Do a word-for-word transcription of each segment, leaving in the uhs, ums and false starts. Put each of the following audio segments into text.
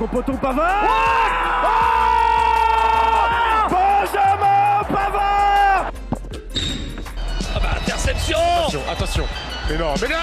Ton poton Pavard. Oh oh Benjamin Pavard. Ah bah interception. Attention, attention. Mais non, mais non.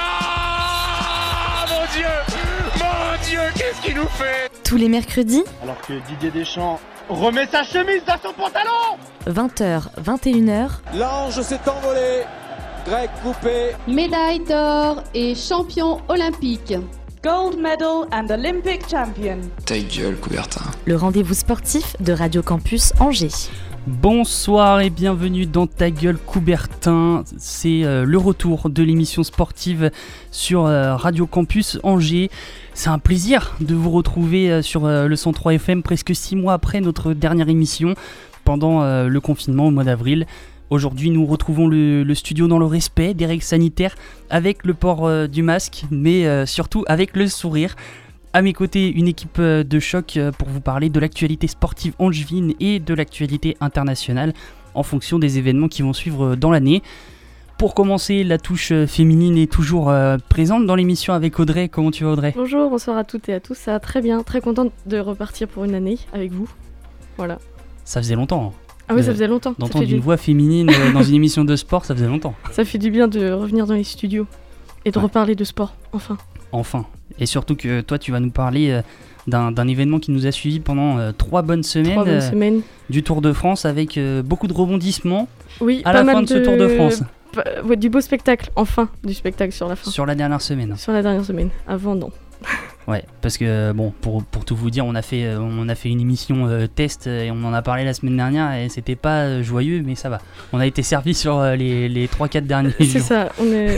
Mon Dieu, mon Dieu, qu'est-ce qu'il nous fait? Tous les mercredis, alors que Didier Deschamps remet sa chemise dans son pantalon. vingt heures, vingt et une heures. L'ange s'est envolé. Greg coupé. Médaille d'or et champion olympique. Gold medal and Olympic champion. Ta gueule, Coubertin. Le rendez-vous sportif de Radio Campus Angers. Bonsoir et bienvenue dans Ta gueule Coubertin. C'est euh, le retour de l'émission sportive sur euh, Radio Campus Angers. C'est un plaisir de vous retrouver euh, sur euh, le cent trois F M presque six mois après notre dernière émission pendant euh, le confinement au mois d'avril. Aujourd'hui, nous retrouvons le, le studio dans le respect des règles sanitaires, avec le port euh, du masque, mais euh, surtout avec le sourire. À mes côtés, une équipe euh, de choc euh, pour vous parler de l'actualité sportive angevine et de l'actualité internationale en fonction des événements qui vont suivre euh, dans l'année. Pour commencer, la touche euh, féminine est toujours euh, présente dans l'émission avec Audrey. Comment tu vas, Audrey ? Bonjour, bonsoir à toutes et à tous. Ça va très bien, très contente de repartir pour une année avec vous. Voilà. Ça faisait longtemps. Ah oui, ça faisait longtemps. D'entendre une du... voix féminine euh, dans une émission de sport, ça faisait longtemps. Ça fait du bien de revenir dans les studios et de ouais. reparler de sport, enfin. Enfin. Et surtout que toi, tu vas nous parler euh, d'un, d'un événement qui nous a suivis pendant euh, trois bonnes semaines. Trois bonnes euh, semaines. Du Tour de France avec euh, beaucoup de rebondissements oui, à pas la mal fin de, de ce Tour de France. Pa- ouais, du beau spectacle, enfin, du spectacle sur la fin. Sur la dernière semaine. Sur la dernière semaine. Avant, non. Ouais, parce que bon, pour, pour tout vous dire, on a fait, euh, on a fait une émission euh, test et on en a parlé la semaine dernière et c'était pas euh, joyeux, mais ça va. On a été servi sur euh, les, les trois quatre derniers C'est jours. C'est ça, on est...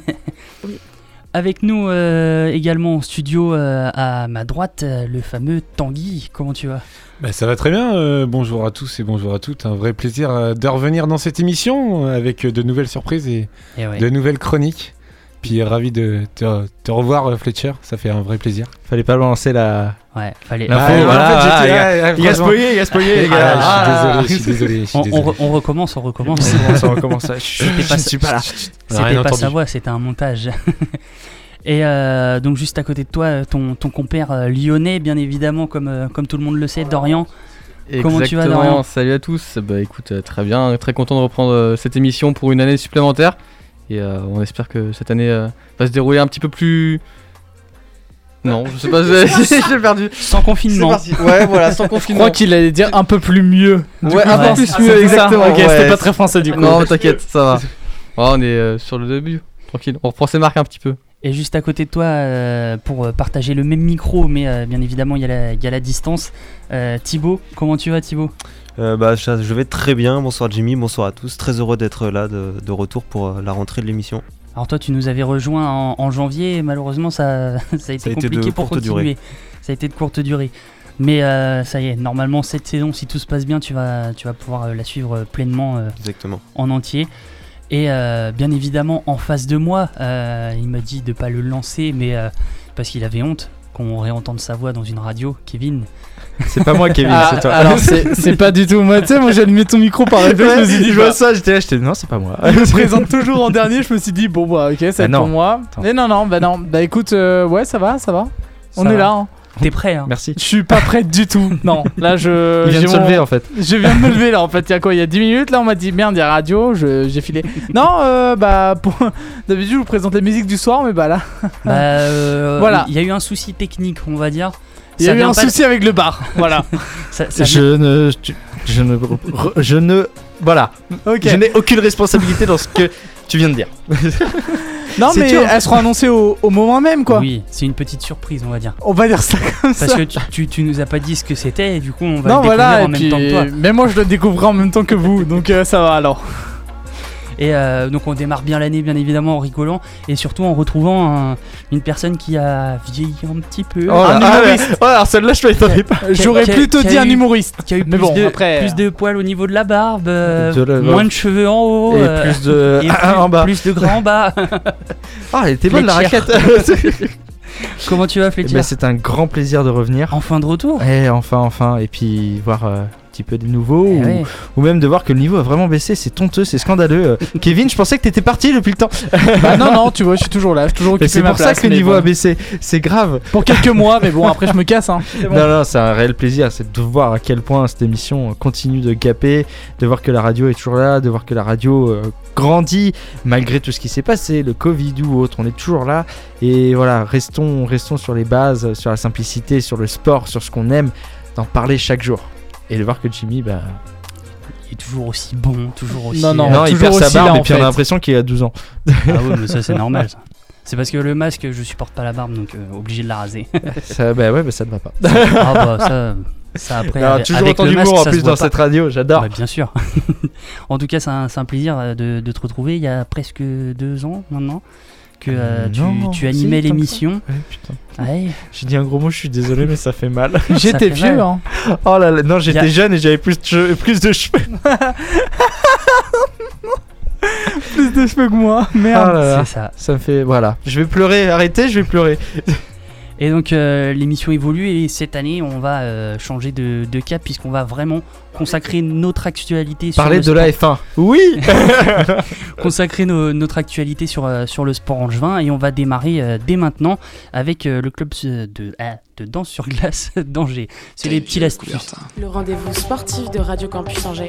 oui. Avec nous euh, également en studio euh, à ma droite, euh, le fameux Tanguy. Comment tu vas ? Bah, ça va très bien, euh, bonjour à tous et bonjour à toutes. Un vrai plaisir euh, de revenir dans cette émission euh, avec de nouvelles surprises et, et ouais. de nouvelles chroniques. Puis ravi de te, te revoir, Fletcher, ça fait un vrai plaisir. Fallait pas lancer la. Ouais, fallait. La ah, faux, ouais, voilà, en fait, voilà, j'étais là, là, il a spoilé, il a spoilé, les gars. Ah, je suis désolé, je suis désolé. Je suis on, désolé. on, on recommence, on recommence. On recommence, on recommence. C'était pas, je ne suis pas là. C'était pas sa voix, c'était un montage. Et euh, donc juste à côté de toi, ton, ton compère euh, lyonnais, bien évidemment, comme, euh, comme tout le monde le sait, Dorian. Exactement. Comment tu vas, Dorian ? Salut à tous. Bah écoute, euh, très bien, très content de reprendre euh, cette émission pour une année supplémentaire. Et euh, on espère que cette année euh, va se dérouler un petit peu plus... Non, je sais pas, j'ai, j'ai perdu. Sans confinement. Ouais, voilà, sans confinement. Je crois qu'il allait dire un peu plus mieux. Ouais, un peu ouais. plus Ah, mieux, exactement. Ok, ouais. c'était pas très français du coup. Non, t'inquiète, ça va. Oh, on est euh, sur le début, tranquille. On reprend ses marques un petit peu. Et juste à côté de toi, euh, pour partager le même micro, mais euh, bien évidemment, il y, y a la distance. Euh, Thibaut, comment tu vas, Thibaut ? Euh, bah, je, je vais très bien, bonsoir Jimmy, bonsoir à tous, très heureux d'être là de, de retour pour euh, la rentrée de l'émission. Alors toi tu nous avais rejoint en, en janvier et malheureusement ça, ça a été ça a compliqué été pour continuer, durée. Ça a été de courte durée. Mais euh, ça y est, normalement cette saison si tout se passe bien tu vas, tu vas pouvoir euh, la suivre pleinement euh, Exactement. En entier. Et euh, bien évidemment en face de moi, euh, il m'a dit de ne pas le lancer mais euh, parce qu'il avait honte qu'on réentende sa voix dans une radio, Kevin. C'est pas moi, Kevin, ah, c'est toi. Alors, c'est, c'est pas du tout moi. Tu sais, moi, j'ai allumé ton micro par réflexe. Ouais, je me suis dit, je vois ça, j'étais là, j'étais non, c'est pas moi. Je me présente toujours en dernier. Je me suis dit, bon, bah, ok, c'est bah pour moi. Attends. Mais non, non, bah, non. Bah, écoute, euh, ouais, ça va, ça va. On ça est va. là. Hein. T'es prêt, hein ? Merci. Je suis pas prêt du tout. Non, là, je. Il vient de se lever, en fait. Je viens de me lever, là, en fait. Il y a quoi ? Il y a dix minutes, là, on m'a dit, merde, il y a radio. Je... J'ai filé. Non, euh, bah, pour... d'habitude, je vous présente les musiques du soir, mais bah là. Bah, euh, voilà. Il y a eu un souci technique, on va dire. Il y a eu un souci avec le bar, voilà. ça, ça je ne, je, je ne, je ne, voilà. Okay. Je n'ai aucune responsabilité dans ce que tu viens de dire. Non c'est mais dur. Elles seront annoncées au, au moment même quoi. Oui, c'est une petite surprise on va dire. On va dire ça comme Parce ça. Parce que tu, tu, tu nous as pas dit ce que c'était et du coup on va non, le découvrir voilà, en même puis, temps que toi. Mais moi je le découvrirai en même temps que vous, donc euh, ça va alors. Et euh, donc on démarre bien l'année bien évidemment en rigolant et surtout en retrouvant un, une personne qui a vieilli un petit peu. Oh un là, humoriste. Ah, ouais. Oh, alors celle-là je m'attendais pas. J'aurais qui a, plutôt qui a dit eu, un humoriste. Qui a eu mais plus, bon, de, après, plus de poils au niveau de la barbe, euh, de la, moins de cheveux en haut. Et euh, plus de et ah, plus, en bas. Plus de gras en bas. Ah, elle était bonne la raquette. Comment tu vas, Fletcher ? Eh ben, c'est un grand plaisir de revenir. Enfin de retour. Et enfin, enfin, et puis voir euh, petit peu des nouveaux ou, ouais. ou même de voir que le niveau a vraiment baissé. C'est honteux, c'est scandaleux. Kevin, je pensais que t'étais parti depuis le temps. Bah non, non, tu vois, je suis toujours là. Je suis toujours occupé mais c'est ma pour place, ça que le niveau bon. a baissé. C'est grave. Pour quelques mois, mais bon, après je me casse. Hein. C'est bon. Non, non, c'est un réel plaisir. C'est de voir à quel point cette émission continue de gaper, de voir que la radio est toujours là, de voir que la radio euh, grandit malgré tout ce qui s'est passé, le Covid ou autre. On est toujours là. Et voilà, restons, restons sur les bases, sur la simplicité, sur le sport, sur ce qu'on aime, d'en parler chaque jour. Et de voir que Jimmy, bah. Il est toujours aussi bon, toujours aussi. Non, non, non il perd sa barbe là, et puis fait. on a l'impression qu'il a douze ans. Ah ouais, mais ça c'est normal ça. C'est parce que le masque, je supporte pas la barbe, donc euh, obligé de la raser. ça, bah ouais, bah ça ne va pas. Ah bah ça, ça après. Non, avec, toujours avec autant le d'humour masque, en plus dans cette radio, j'adore. Bah, bien sûr. En tout cas, c'est un, c'est un plaisir de, de te retrouver. Il y a presque deux ans maintenant que euh, tu, non, tu animais si, l'émission. Ouais, putain. Ouais. J'ai dit un gros mot, je suis désolé, mais ça fait mal. J'étais vieux, hein. Oh là là, non, j'étais a... jeune et j'avais plus de cheveux, plus de cheveux. Plus de cheveux que moi, merde. Oh là là. C'est ça. Ça me fait, voilà. Je vais pleurer, arrêtez, je vais pleurer. Et donc euh, l'émission évolue et cette année on va euh, changer de, de cap puisqu'on va vraiment consacrer notre actualité sur Parler le de la F un. Oui. Consacrer no, notre actualité sur, euh, sur le sport angevin et on va démarrer euh, dès maintenant avec euh, le club de, euh, de danse sur glace d'Angers. C'est les petits lapsus. Le rendez-vous sportif de Radio Campus Angers.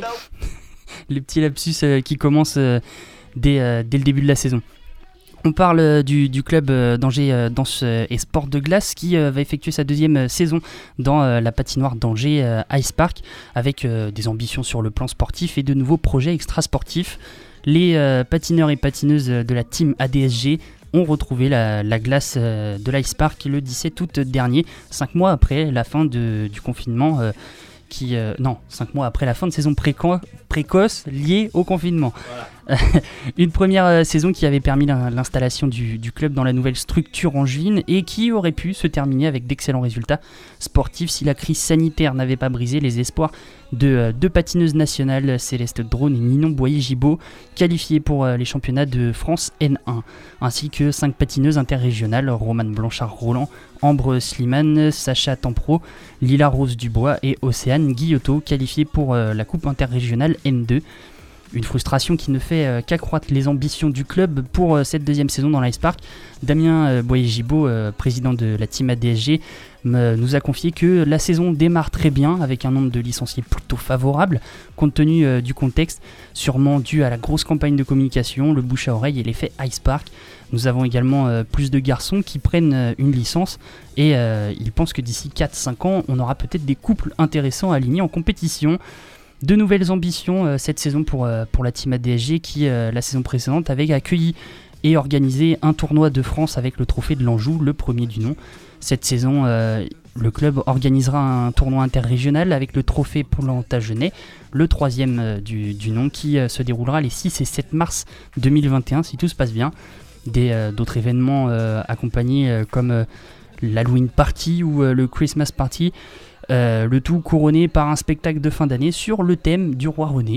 Les petits lapsus euh, qui commencent euh, dès, euh, dès le début de la saison. On parle euh, du, du club euh, d'Angers euh, Danse euh, et Sport de Glace qui euh, va effectuer sa deuxième euh, saison dans euh, la patinoire d'Angers euh, Ice Park avec euh, des ambitions sur le plan sportif et de nouveaux projets extrasportifs. Les euh, patineurs et patineuses de la team A D S G ont retrouvé la, la glace euh, de l'Ice Park le dix-sept août dernier, cinq mois après la fin de, du confinement. Euh, Qui, euh, non, cinq mois après la fin de saison préco- précoce liée au confinement. Voilà. Une première euh, saison qui avait permis l'installation du, du club dans la nouvelle structure angevine et qui aurait pu se terminer avec d'excellents résultats sportifs si la crise sanitaire n'avait pas brisé les espoirs de euh, deux patineuses nationales, Céleste Drone et Ninon Boyer-Gibaud, qualifiées pour euh, les championnats de France N un, ainsi que cinq patineuses interrégionales, Romane Blanchard-Roland, Ambre Slimane, Sacha Tampro, Lila Rose Dubois et Océane Guillotot, qualifiées pour euh, la Coupe interrégionale N deux. Une frustration qui ne fait euh, qu'accroître les ambitions du club pour euh, cette deuxième saison dans l'Ice Park. Damien euh, Boyer-Gibaud, euh, président de la team A D S G, me, nous a confié que la saison démarre très bien avec un nombre de licenciés plutôt favorable compte tenu euh, du contexte, sûrement dû à la grosse campagne de communication, le bouche à oreille et l'effet Ice Park. Nous avons également euh, plus de garçons qui prennent euh, une licence et euh, il pense que d'ici quatre à cinq ans, on aura peut-être des couples intéressants alignés en compétition. De nouvelles ambitions euh, cette saison pour, euh, pour la team A D S G qui, euh, la saison précédente, avait accueilli et organisé un tournoi de France avec le trophée de l'Anjou, le premier du nom. Cette saison, euh, le club organisera un tournoi interrégional avec le trophée Plantagenet, le troisième euh, du, du nom, qui euh, se déroulera les six et sept mars deux mille vingt et un si tout se passe bien. Des, euh, d'autres événements euh, accompagnés euh, comme euh, l'Halloween Party ou euh, le Christmas Party. Euh, le tout couronné par un spectacle de fin d'année sur le thème du roi René.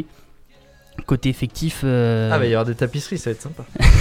Côté effectif... Euh... Ah bah il va y avoir des tapisseries, ça va être sympa.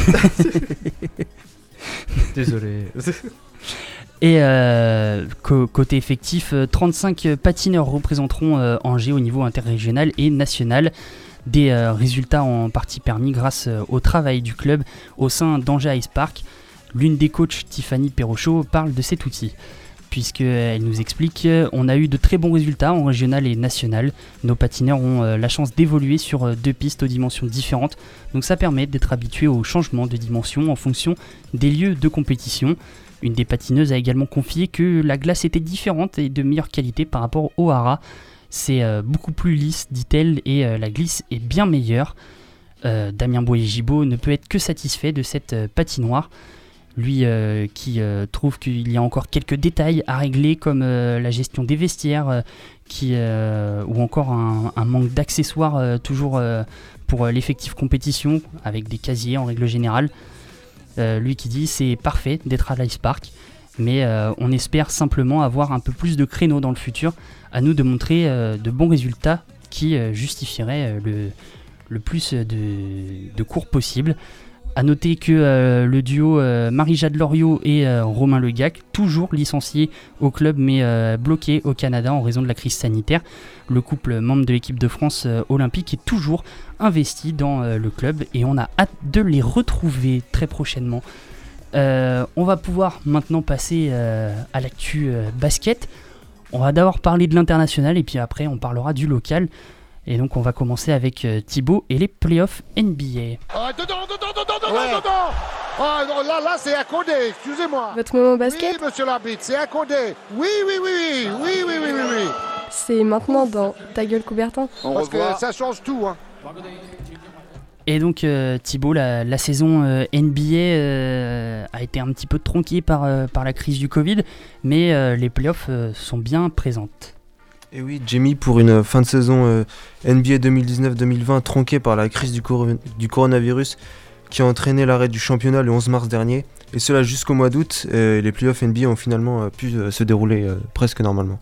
Désolé. Et euh, co- côté effectif, trente-cinq patineurs représenteront euh, Angers au niveau interrégional et national. Des euh, résultats en partie permis grâce euh, au travail du club au sein d'Angers Ice Park. L'une des coachs, Tiffany Perrochot, parle de cet outil. Puisqu'elle nous explique on a eu de très bons résultats en régional et national. Nos patineurs ont euh, la chance d'évoluer sur euh, deux pistes aux dimensions différentes, donc ça permet d'être habitué au changement de dimension en fonction des lieux de compétition. Une des patineuses a également confié que la glace était différente et de meilleure qualité par rapport au hara. C'est euh, beaucoup plus lisse, dit-elle, et euh, la glisse est bien meilleure. Euh, Damien Boyer-Gibaud ne peut être que satisfait de cette euh, patinoire. Lui euh, qui euh, trouve qu'il y a encore quelques détails à régler comme euh, la gestion des vestiaires euh, qui, euh, ou encore un, un manque d'accessoires euh, toujours euh, pour euh, l'effectif compétition avec des casiers en règle générale. Euh, lui qui dit c'est parfait d'être à l'Ice Park mais euh, on espère simplement avoir un peu plus de créneaux dans le futur, à nous de montrer euh, de bons résultats qui euh, justifieraient euh, le, le plus de, de cours possible. A noter que euh, le duo euh, Marie-Jade Loriot et euh, Romain Legac, toujours licenciés au club mais euh, bloqués au Canada en raison de la crise sanitaire. Le couple membre de l'équipe de France euh, olympique est toujours investi dans euh, le club et on a hâte de les retrouver très prochainement. Euh, on va pouvoir maintenant passer euh, à l'actu euh, basket. On va d'abord parler de l'international et puis après on parlera du local. Et donc on va commencer avec euh, Thibaut et les playoffs N B A. Oh, dedans, dedans, dedans, dedans, ouais. dedans. Oh, non, là, là, c'est accordé, excusez-moi. Votre moment basket ? Oui, monsieur l'arbitre, c'est accordé. Oui, oui, oui, oui, oui, oui, oui, oui, oui. C'est maintenant dans Ta gueule Coubertin. Parce que ça change tout, hein. Et donc euh, Thibaut, la, la saison euh, N B A euh, a été un petit peu tronquée par, euh, par la crise du Covid, mais euh, les playoffs euh, sont bien présentes. Et oui, Jamie, pour une fin de saison euh, N B A deux mille dix-neuf deux mille vingt tronquée par la crise du, cor- du coronavirus qui a entraîné l'arrêt du championnat le onze mars dernier, et cela jusqu'au mois d'août, euh, les playoffs N B A ont finalement euh, pu euh, se dérouler euh, presque normalement.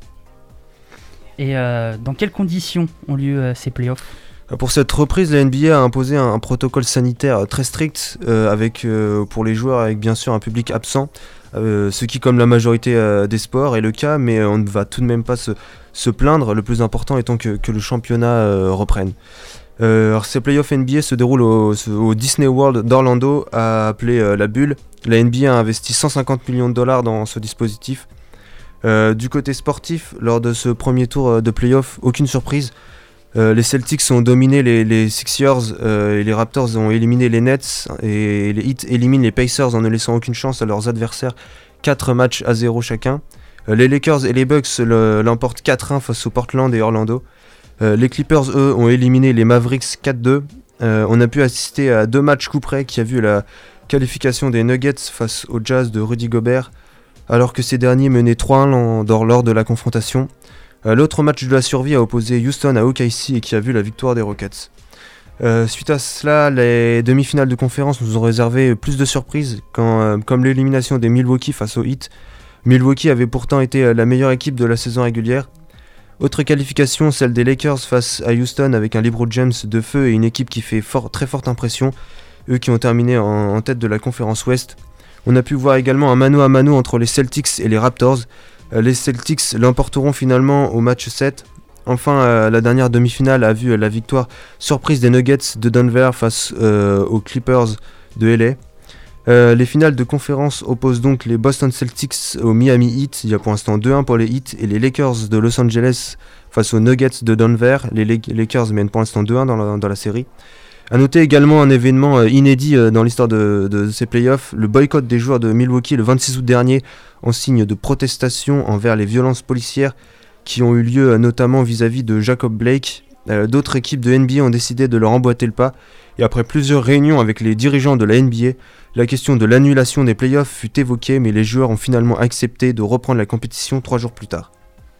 Et euh, dans quelles conditions ont lieu euh, ces playoffs ? Pour cette reprise, la N B A a imposé un, un protocole sanitaire très strict, euh, avec, euh, pour les joueurs avec bien sûr un public absent, euh, ce qui comme la majorité euh, des sports est le cas, mais on ne va tout de même pas se, se plaindre, le plus important étant que, que le championnat euh, reprenne. Euh, alors ces playoffs N B A se déroulent au, au Disney World d'Orlando, appelé euh, la Bulle. La N B A a investi cent cinquante millions de dollars dans ce dispositif. Euh, du côté sportif, lors de ce premier tour de playoffs, aucune surprise. Euh, les Celtics ont dominé les, les Sixers euh, et les Raptors ont éliminé les Nets, et les Heat éliminent les Pacers en ne laissant aucune chance à leurs adversaires, quatre matchs à zéro chacun. Euh, les Lakers et les Bucks le, l'emportent quatre un face aux Portland et Orlando. Euh, les Clippers, eux, ont éliminé les Mavericks quatre deux. Euh, on a pu assister à deux matchs coup près qui a vu la qualification des Nuggets face au Jazz de Rudy Gobert, alors que ces derniers menaient trois un lors de la confrontation. Euh, l'autre match de la survie a opposé Houston à O K C et qui a vu la victoire des Rockets. Euh, suite à cela, les demi-finales de conférence nous ont réservé plus de surprises, quand, euh, comme l'élimination des Milwaukee face aux Heat. Milwaukee avait pourtant été la meilleure équipe de la saison régulière. Autre qualification, celle des Lakers face à Houston avec un LeBron James de feu et une équipe qui fait fort, très forte impression, eux qui ont terminé en, en tête de la conférence Ouest. On a pu voir également un mano à mano entre les Celtics et les Raptors. Les Celtics l'emporteront finalement au match sept. Enfin, euh, la dernière demi-finale a vu euh, la victoire surprise des Nuggets de Denver face euh, aux Clippers de L A. Euh, les finales de conférence opposent donc les Boston Celtics aux Miami Heat. Il y a pour l'instant deux un pour les Heat, et les Lakers de Los Angeles face aux Nuggets de Denver. Les Lakers mènent pour l'instant deux un dans la, dans la série. A noter également un événement euh, inédit euh, dans l'histoire de, de, de ces playoffs, le boycott des joueurs de Milwaukee le vingt-six août dernier en signe de protestation envers les violences policières qui ont eu lieu euh, notamment vis-à-vis de Jacob Blake. Euh, d'autres équipes de N B A ont décidé de leur emboîter le pas, et après plusieurs réunions avec les dirigeants de la N B A, la question de l'annulation des playoffs fut évoquée, mais les joueurs ont finalement accepté de reprendre la compétition trois jours plus tard.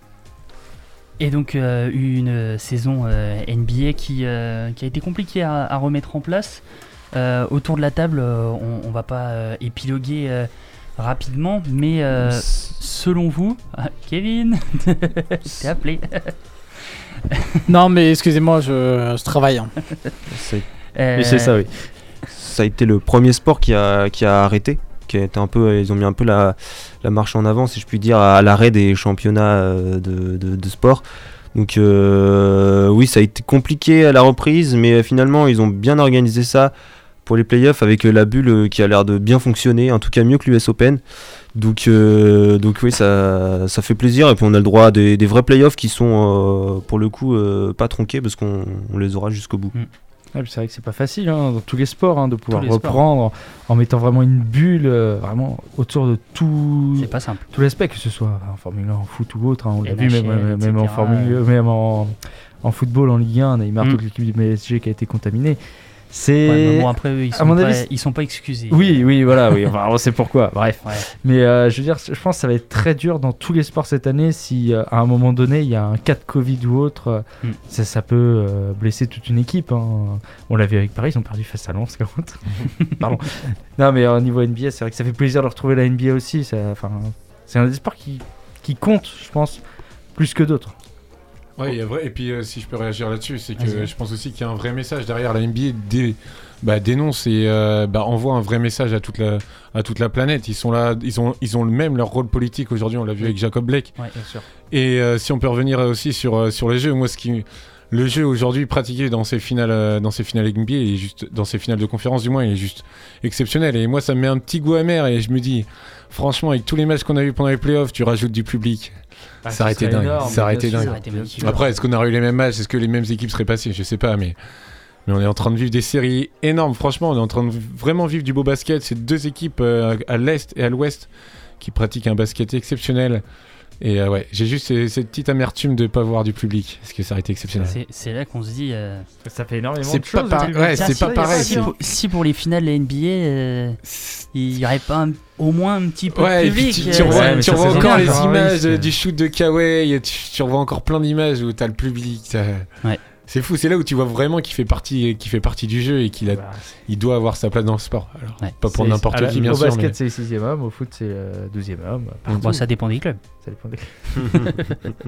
Et donc euh, une saison euh, N B A qui, euh, qui a été compliquée à, à remettre en place. Euh, autour de la table, euh, on, on va pas euh, épiloguer euh, rapidement, mais euh, selon vous, ah, Kevin, t'es appelé. Non mais excusez-moi, je, je travaille. Hein. C'est... Euh... Mais c'est ça, oui. Ça a été le premier sport qui a, qui a arrêté. Qui a été un peu, ils ont mis un peu la, la marche en avant, si je puis dire, à l'arrêt des championnats de, de, de sport. Donc euh, oui, ça a été compliqué à la reprise, mais finalement ils ont bien organisé ça pour les playoffs avec la bulle qui a l'air de bien fonctionner, en tout cas mieux que l'U S Open. Donc, euh, donc oui, ça, ça fait plaisir, et puis on a le droit à des, des vrais playoffs qui sont euh, pour le coup euh, pas tronqués parce qu'on on les aura jusqu'au bout. Mm. Ouais, c'est vrai que c'est pas facile hein, dans tous les sports hein, de pouvoir reprendre sports. En mettant vraiment une bulle euh, vraiment autour de tout, c'est pas simple. Tout l'aspect, que ce soit en Formule un, en foot ou autre. Hein, on l'a N H L, vu même, même en Formule, même en, en football, en Ligue un, Neymar, mm. toute l'équipe du P S G qui a été contaminée. C'est... Ouais, bon, après eux, ils sont, pas, avis, ils sont pas excusés. Oui, oui, voilà, oui. Enfin, on sait pourquoi. Bref. Ouais. Mais euh, je veux dire, je pense que ça va être très dur dans tous les sports cette année si euh, à un moment donné il y a un cas de Covid ou autre. Euh, mm. ça, ça peut euh, blesser toute une équipe. Hein. On l'a vu avec Paris, ils ont perdu face à Lens. Pardon. Non, mais au niveau N B A, c'est vrai que ça fait plaisir de retrouver la N B A aussi. Ça, c'est un des sports qui, qui compte, je pense, plus que d'autres. Ouais, il y a vrai. Et puis, euh, si je peux réagir là-dessus, c'est que Vas-y. je pense aussi qu'il y a un vrai message derrière. La N B A dé... bah, dénonce et euh, bah, envoie un vrai message à toute la à toute la planète. Ils sont là, ils ont ils ont même leur rôle politique aujourd'hui. On l'a vu avec Jacob Blake. Ouais, bien sûr. Et euh, si on peut revenir aussi sur euh, sur les jeux, moi, ce qui le jeu aujourd'hui pratiqué dans ces finales euh, dans ces finales N B A, il est juste dans ces finales de conférence du moins, il est juste exceptionnel. Et moi, ça me met un petit goût amer. Et je me dis, franchement, avec tous les matchs qu'on a vus pendant les playoffs, tu rajoutes du public. Ah, ça aurait été dingue. énorme, ça aurait été bien dingue. sûr, ça aurait été magnifique. Après, est-ce qu'on aurait eu les mêmes matchs? Est-ce que les mêmes équipes seraient passées? Je sais pas, mais mais on est en train de vivre des séries énormes. Franchement, on est en train de vraiment vivre du beau basket. C'est deux équipes euh, à l'est et à l'ouest qui pratiquent un basket exceptionnel. Et euh, ouais, j'ai juste cette, cette petite amertume de pas voir du public, parce que ça aurait été exceptionnel. C'est, c'est là qu'on se dit. Euh... Ça fait énormément c'est de choses. Pas par... Ouais, Tiens, c'est si, pas pareil. Si, pour, si pour les finales de la N B A, euh, il y aurait pas un, au moins un petit peu ouais, de public. Et puis tu, euh, tu revois, ouais, tu revois c'est encore génial, les genre, images oui, du shoot de Kawhi. Tu, tu revois encore plein d'images où t'as le public. T'as... Ouais. C'est fou, c'est là où tu vois vraiment qu'il fait partie, qu'il fait partie du jeu et qu'il a, il doit avoir sa place dans le sport. Alors, ouais. Pas pour c'est, n'importe c'est, qui, bien au sûr. Au basket, mais... c'est le sixième homme, au foot, c'est le douzième homme. Bon, ça dépend des clubs. Ça dépend des clubs.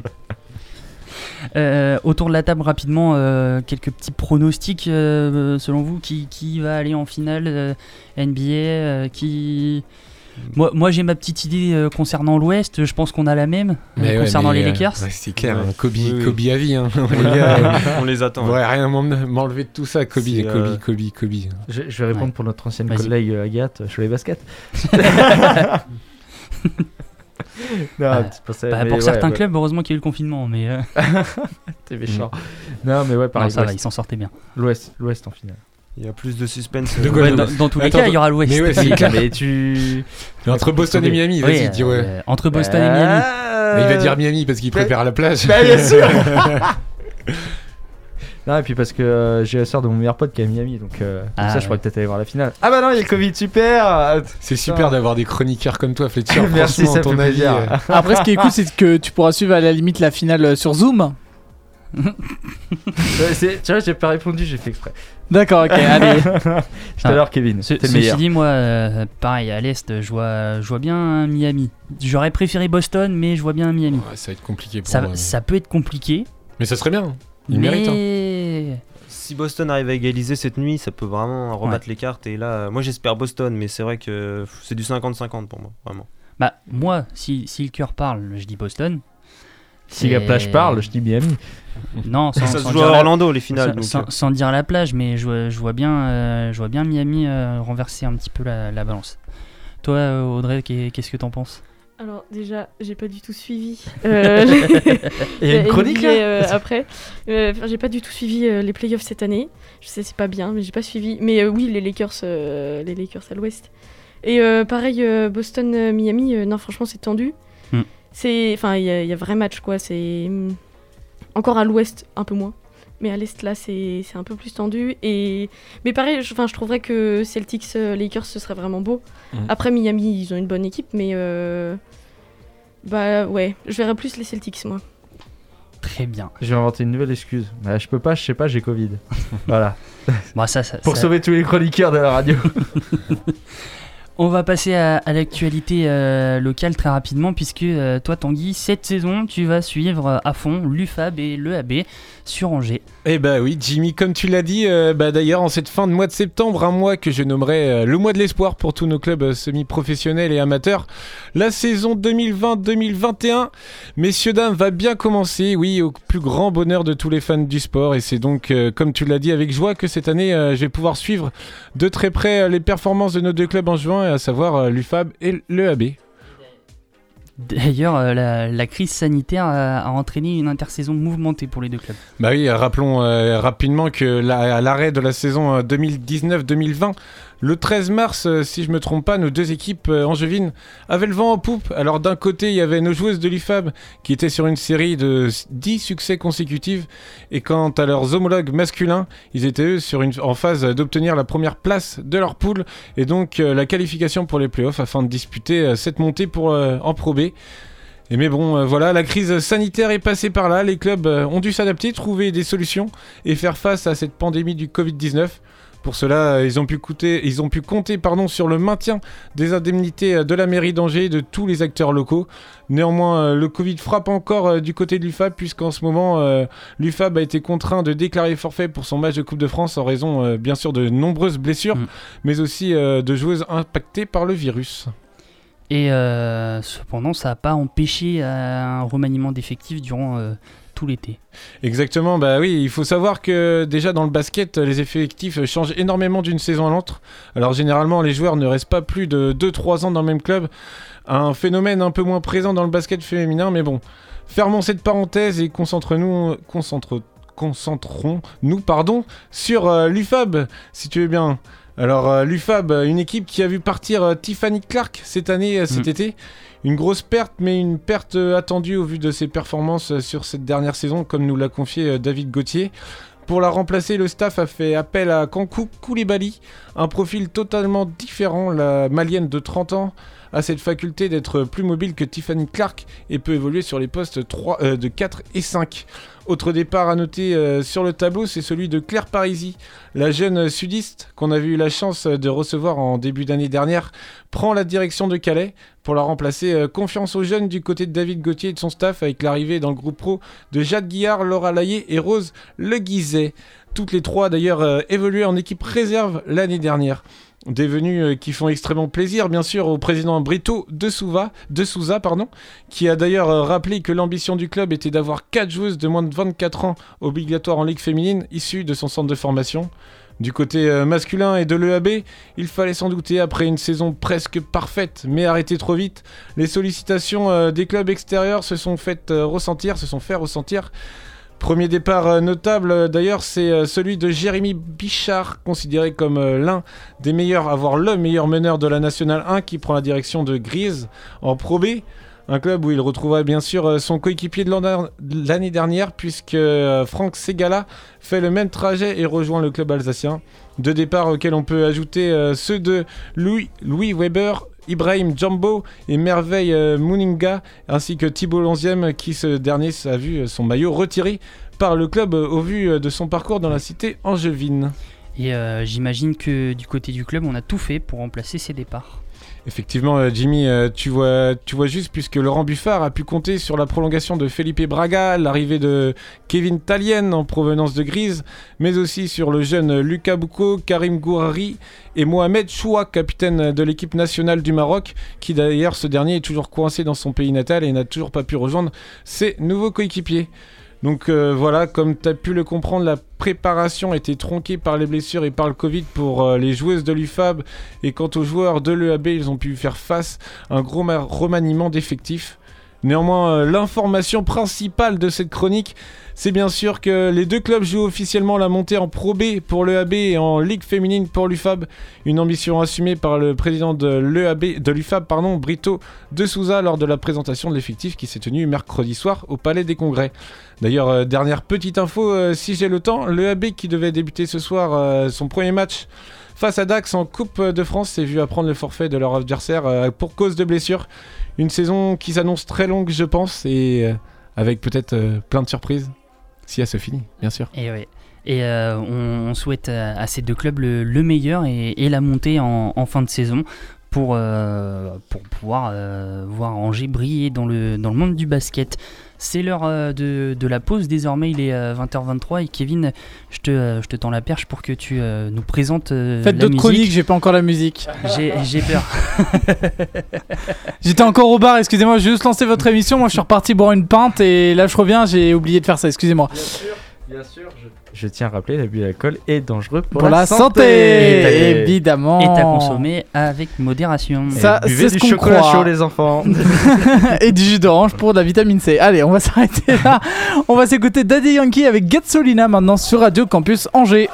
euh, autour de la table, rapidement, euh, quelques petits pronostics, euh, selon vous, qui, qui va aller en finale euh, N B A euh, qui... Moi, moi j'ai ma petite idée euh, concernant l'Ouest, je pense qu'on a la même euh, ouais, concernant mais, les Lakers. Euh, ouais, c'est clair, ouais. hein, Kobe, oui, oui. Kobe à vie. Hein. les gars, on les attend. Ouais, rien m'enlever de tout ça, Kobe, c'est, Kobe, euh... Kobe, Kobe. Je, je vais répondre ouais. pour notre ancienne Vas-y. collègue Agathe sur les baskets. non, ah, ça, bah, pour ouais, certains ouais. clubs, heureusement qu'il y a eu le confinement, mais. Euh... T'es méchant. Mmh. Non, mais ouais, pareil. Non, ça va, ils s'en sortaient bien. L'Ouest, l'Ouest en finale. Il y a plus de suspense. De ouais, dans, dans tous les Attends, cas, il y aura l'Ouest. Mais ouais, c'est clair. Mais tu. Mais entre Boston et Miami, vas-y, oui, dis ouais. Euh, entre Boston euh... et Miami. Mais il va dire Miami parce qu'il bah, prépare la plage. Bah, bien sûr. Non, et puis parce que euh, j'ai la sœur de mon meilleur pote qui est à Miami, donc euh, ah, comme ça, ouais. je pourrais peut-être aller voir la finale. Ah bah non, il y a le Covid, super. C'est super d'avoir des chroniqueurs comme toi, Fletcher. Merci, ça ton fait avis. plaisir. Euh... Après, ce qui est cool, c'est que tu pourras suivre à la limite la finale sur Zoom. ouais, c'est, tu vois, j'ai pas répondu, j'ai fait exprès. D'accord, ok, allez. Tout à l'heure, Kevin. Ce, c'est le meilleur. Ceci dit, moi, euh, pareil, à l'Est, je vois, je vois bien un Miami. J'aurais préféré Boston, mais je vois bien un Miami. Ouais, ça va être compliqué pour ça, moi. Ça peut être compliqué. Mais ça serait bien. Il mais... mérite. Hein. Si Boston arrive à égaliser cette nuit, ça peut vraiment rebattre ouais. les cartes. Et là, moi, j'espère Boston, mais c'est vrai que c'est du cinquante cinquante pour moi, vraiment. Bah, moi, si, si le cœur parle, je dis Boston. Si et... la plage parle, je dis Miami. Non, sans, ça sans se joue à Orlando, la... les finales. Sans, donc... sans, sans dire la plage, mais je vois, je vois, bien, euh, je vois bien Miami euh, renverser un petit peu la, la balance. Toi, euh, Audrey, qu'est-ce que t'en penses? Alors déjà, j'ai pas du tout suivi. Euh, Il y a une chronique là euh, après. Euh, j'ai pas du tout suivi euh, les playoffs cette année. Je sais c'est pas bien, mais j'ai pas suivi. Mais euh, oui, les Lakers, euh, les Lakers à l'Ouest. Et euh, pareil, euh, Boston-Miami. Euh, non, franchement, c'est tendu. Mm. C'est, enfin, il y, y a vrai match quoi. C'est encore à l'Ouest un peu moins, mais à l'Est là, c'est c'est un peu plus tendu. Et mais pareil, enfin, je, je trouverais que Celtics euh, Lakers ce serait vraiment beau. Mm. Après Miami, ils ont une bonne équipe, mais euh, bah ouais, je verrais plus les Celtics moi. Très bien. Je vais inventer une nouvelle excuse. Bah, je peux pas, je sais pas, j'ai Covid. Voilà. Bon, ça, ça, Pour ça... sauver tous les chroniqueurs de la radio. On va passer à, à l'actualité euh, locale très rapidement, puisque euh, toi, Tanguy, cette saison, tu vas suivre euh, à fond l'U F A B et l'E A B sur Angers. Eh bah oui, Jimmy, comme tu l'as dit, euh, bah d'ailleurs, en cette fin de mois de septembre, un mois que je nommerai euh, le mois de l'espoir pour tous nos clubs euh, semi-professionnels et amateurs, la saison deux mille vingt deux mille vingt et un, messieurs, dames, va bien commencer, oui, au plus grand bonheur de tous les fans du sport. Et c'est donc, euh, comme tu l'as dit, avec joie que cette année, euh, je vais pouvoir suivre de très près euh, les performances de nos deux clubs en juin, à savoir euh, l'U F A B et l'E A B. D'ailleurs, euh, la, la crise sanitaire a, a entraîné une intersaison mouvementée pour les deux clubs. Bah oui, euh, rappelons euh, rapidement que la, à l'arrêt de la saison euh, deux mille dix-neuf deux mille vingt, le treize mars, euh, si je me trompe pas, nos deux équipes euh, angevines avaient le vent en poupe. Alors d'un côté, il y avait nos joueuses de l'U F A B qui étaient sur une série de dix succès consécutifs, et quant à leurs homologues masculins, ils étaient eux sur une, en phase d'obtenir la première place de leur poule, et donc euh, la qualification pour les playoffs afin de disputer euh, cette montée pour euh, en Pro B. Et mais bon, euh, voilà, la crise sanitaire est passée par là, les clubs euh, ont dû s'adapter, trouver des solutions et faire face à cette pandémie du covid dix-neuf. Pour cela, ils ont pu, coûter, ils ont pu compter pardon, sur le maintien des indemnités de la mairie d'Angers et de tous les acteurs locaux. Néanmoins, le Covid frappe encore du côté de l'U F A B, puisqu'en ce moment, euh, l'U F A B a été contraint de déclarer forfait pour son match de Coupe de France en raison, euh, bien sûr, de nombreuses blessures, mmh. mais aussi euh, de joueuses impactées par le virus. Et euh, cependant, ça n'a pas empêché un remaniement d'effectifs durant euh, tout l'été. Exactement, bah oui, il faut savoir que déjà dans le basket, les effectifs changent énormément d'une saison à l'autre. Alors généralement, les joueurs ne restent pas plus de deux trois ans dans le même club. Un phénomène un peu moins présent dans le basket féminin, mais bon. Fermons cette parenthèse et concentrons-nous, concentre, concentrons-nous pardon, sur euh, l'U F A B, si tu veux bien. Alors euh, l'U F A B, une équipe qui a vu partir euh, Tiffany Clark cette année, euh, cet mmh. été. Une grosse perte, mais une perte euh, attendue au vu de ses performances euh, sur cette dernière saison, comme nous l'a confié euh, David Gauthier. Pour la remplacer, le staff a fait appel à Kankou Koulibaly, un profil totalement différent. La malienne de trente ans a cette faculté d'être plus mobile que Tiffany Clark et peut évoluer sur les postes trois, euh, de quatre et cinq. Autre départ à noter euh, sur le tableau, c'est celui de Claire Parisi. La jeune sudiste, qu'on avait eu la chance de recevoir en début d'année dernière, prend la direction de Calais. Pour la remplacer, euh, confiance aux jeunes du côté de David Gauthier et de son staff, avec l'arrivée dans le groupe pro de Jade Guillard, Laura Laillé et Rose Le Guizet. Toutes les trois d'ailleurs euh, évoluaient en équipe réserve l'année dernière. Des venues euh, qui font extrêmement plaisir, bien sûr, au président Brito de Souza, de Souza pardon, qui a d'ailleurs euh, rappelé que l'ambition du club était d'avoir quatre joueuses de moins de vingt-quatre ans obligatoires en ligue féminine, issues de son centre de formation. Du côté euh, masculin et de l'E A B, il fallait s'en douter après une saison presque parfaite, mais arrêtée trop vite. Les sollicitations euh, des clubs extérieurs se sont faites euh, ressentir, se sont fait ressentir. Premier départ euh, notable euh, d'ailleurs, c'est euh, celui de Jérémy Bichard, considéré comme euh, l'un des meilleurs, voire le meilleur meneur de la Nationale un, qui prend la direction de Grise en Pro B. Un club où il retrouva bien sûr euh, son coéquipier de l'année dernière, puisque euh, Franck Segala fait le même trajet et rejoint le club alsacien. Deux départs auxquels on peut ajouter euh, ceux de Louis, Louis Weber, Ibrahim Jumbo et Merveille euh, Mouninga, ainsi que Thibault Lonzième, qui ce dernier a vu son maillot retiré par le club euh, au vu euh, de son parcours dans la cité angevine. Et euh, j'imagine que du côté du club, on a tout fait pour remplacer ces départs. Effectivement, euh, Jimmy, euh, tu, vois, tu vois juste, puisque Laurent Buffard a pu compter sur la prolongation de Felipe Braga, l'arrivée de Kevin Talien en provenance de Grise, mais aussi sur le jeune Lucas Bouko, Karim Gourari et Mohamed Choua, capitaine de l'équipe nationale du Maroc, qui d'ailleurs, ce dernier, est toujours coincé dans son pays natal et n'a toujours pas pu rejoindre ses nouveaux coéquipiers. Donc euh, voilà, comme tu as pu le comprendre, la préparation a été tronquée par les blessures et par le Covid pour euh, les joueuses de l'U F A B. Et quant aux joueurs de l'E A B, ils ont pu faire face à un gros ma- remaniement d'effectifs. Néanmoins, euh, l'information principale de cette chronique, c'est bien sûr que les deux clubs jouent officiellement la montée en Pro B pour l'E A B et en Ligue féminine pour l'U F A B. Une ambition assumée par le président de l'E A B, de l'U F A B, pardon, Brito de Souza, lors de la présentation de l'effectif qui s'est tenue mercredi soir au Palais des Congrès. D'ailleurs, euh, dernière petite info, euh, si j'ai le temps, l'E A B qui devait débuter ce soir euh, son premier match face à Dax en Coupe de France s'est vu apprendre le forfait de leur adversaire euh, pour cause de blessure. Une saison qui s'annonce très longue, je pense, et euh, avec peut-être euh, plein de surprises, si elle se finit, bien sûr. Et ouais. Et euh, on, on souhaite à, à ces deux clubs le, le meilleur et, et la montée en, en fin de saison pour, euh, pour pouvoir euh, voir Angers briller dans le, dans le monde du basket. C'est l'heure euh, de, de la pause, désormais il est euh, vingt heures vingt-trois et Kevin, je te, euh, je te tends la perche pour que tu euh, nous présentes euh, Faites d'autres chroniques, j'ai pas encore la musique. J'ai, j'ai peur. J'étais encore au bar, excusez-moi, j'ai juste lancé votre émission, moi je suis reparti boire une pinte et là je reviens, j'ai oublié de faire ça, excusez-moi. Bien sûr, bien sûr, je... Je tiens à rappeler, l'abus d'alcool est dangereux pour, pour la, la santé, santé. Évidemment. Et à consommer avec modération. Ça, et buvez c'est du ce qu'on chocolat croit. chaud, les enfants. Et du jus d'orange pour de la vitamine C. Allez, on va s'arrêter là. On va s'écouter Daddy Yankee avec Gasolina maintenant sur Radio Campus Angers.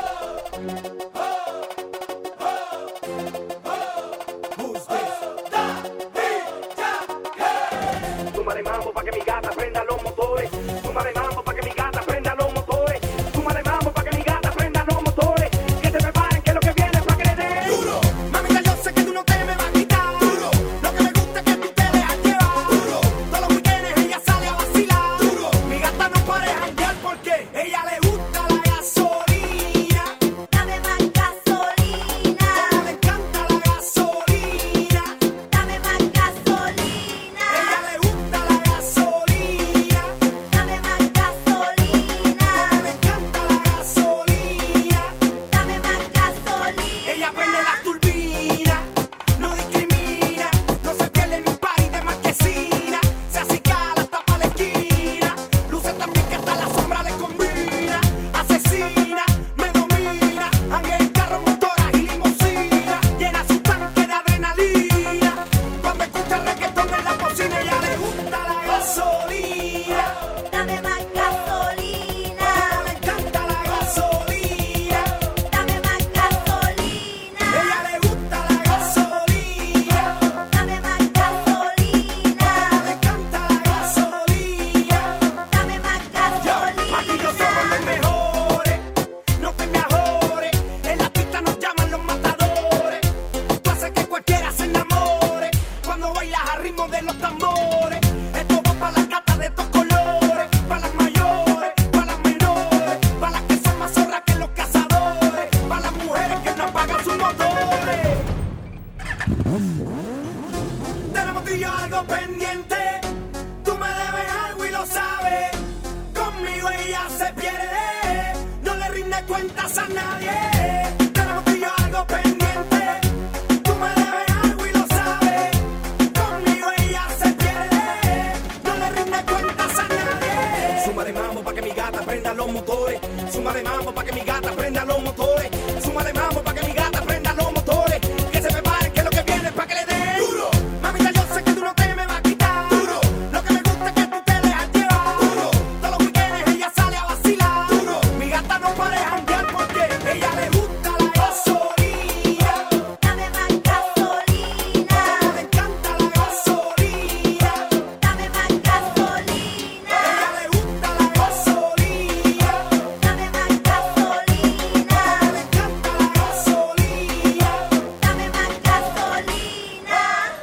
Ella le gusta la gasolina. pasa a nadie. Tenemos tú y yo algo pendiente. Tú me debes algo y lo sabes. Conmigo ella se pierde. No le rinde cuentas a nadie. Súmale mambo pa' que mi gata prenda los motores. Súmale mambo pa' que mi gata prenda los motores. Súmale mambo pa' que mi gata prenda los motores. Que se prepare que lo que viene es pa' que le dé duro. Mamita, yo sé que tú no te me vas a quitar duro. Lo que me gusta es que tú te dejas llevar duro. Todos los weekends ella sale a vacilar duro. Mi gata no para de janguear porque ella le gusta la gasolina. Dame más gasolina. Como le encanta la gasolina. Dame más gasolina. Ella le gusta la gasolina. Dame más gasolina. Como le encanta la gasolina. Dame más gasolina.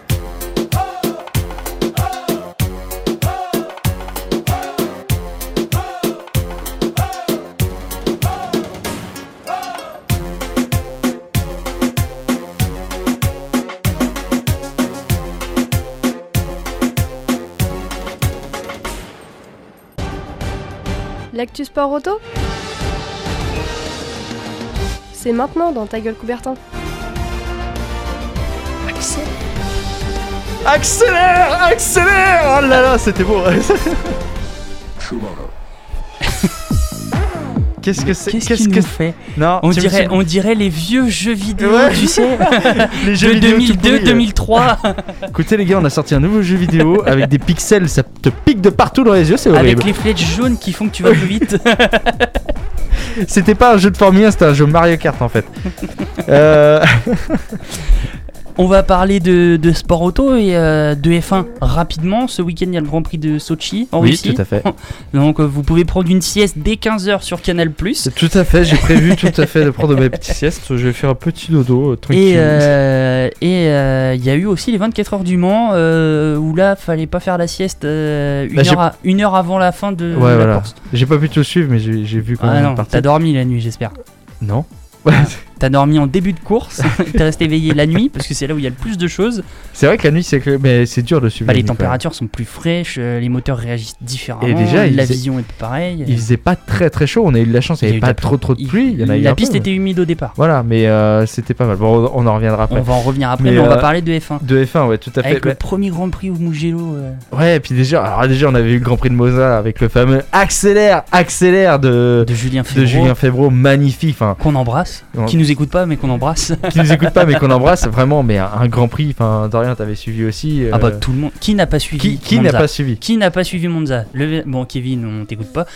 L'actu sport auto, c'est maintenant dans Ta Gueule Coubertin. Accélère, accélère. Oh là là, c'était beau. Qu'est-ce que c'est? Qu'est-ce qu'il nous fait? Non, on tu me dirait, suis- on dirait les vieux jeux vidéo, Ouais. tu sais, Les jeux de vidéo tout deux mille deux pourris, deux mille trois, Écoutez les gars, on a sorti un nouveau jeu vidéo avec des pixels, ça te pique de partout dans les yeux, c'est horrible. avec les flèches jaunes qui font que tu vas plus vite. C'était pas un jeu de Formule un, c'était un jeu Mario Kart en fait. euh... On va parler de, de sport auto et euh, de F un rapidement. Ce week-end, il y a le Grand Prix de Sochi en Oui, Russie. tout à fait. Donc, euh, vous pouvez prendre une sieste dès quinze heures sur Canal plus. Tout à fait, j'ai prévu tout à fait de prendre mes petites siestes. Je vais faire un petit dodo euh, tranquille. Et euh, et, euh, il y a eu aussi les vingt-quatre heures du Mans euh, où là, fallait pas faire la sieste euh, une, Bah, j'ai- heure à- une heure avant la fin de Ouais, la voilà. course. J'ai pas pu tout suivre, mais j'ai j'ai vu quand Ah même non, une partie. t'as dormi la nuit, j'espère. Non. T'as dormi en début de course, t'es resté éveillé la nuit parce que c'est là où il y a le plus de choses. C'est vrai que la nuit, c'est que... mais c'est dur de suivre. Bah, la les nuit, quand même. températures sont plus fraîches, euh, les moteurs réagissent différemment, Et déjà, il la faisait- vision est pareille. Il faisait pas très très chaud, on a eu de la chance, il Il y n'y a eu avait de pas la trop trop de pluie. Il y en a eu La un piste peu, était humide au départ. Voilà, mais euh, c'était pas mal. Bon, on on en reviendra après. On va en revenir après, mais, on euh, va parler de F un. De F un, ouais, tout à fait. Avec Bah, le premier Grand Prix au Mugello. euh, Ouais, et puis déjà, alors déjà, on avait eu le Grand Prix de Monza avec le fameux accélère, accélère de, de Julien de Febvre. Julien Febvre, magnifique. Enfin, qu'on embrasse, Ouais. qui nous écoute pas mais qu'on embrasse. qui nous écoute pas, mais qu'on embrasse vraiment. Mais un, un Grand Prix. Enfin, Dorian, t'avais suivi aussi. euh, Ah bah tout le monde. Qui n'a pas suivi Qui, qui n'a Monza pas suivi Qui n'a pas suivi Monza Le- Bon, Kevin, on t'écoute pas.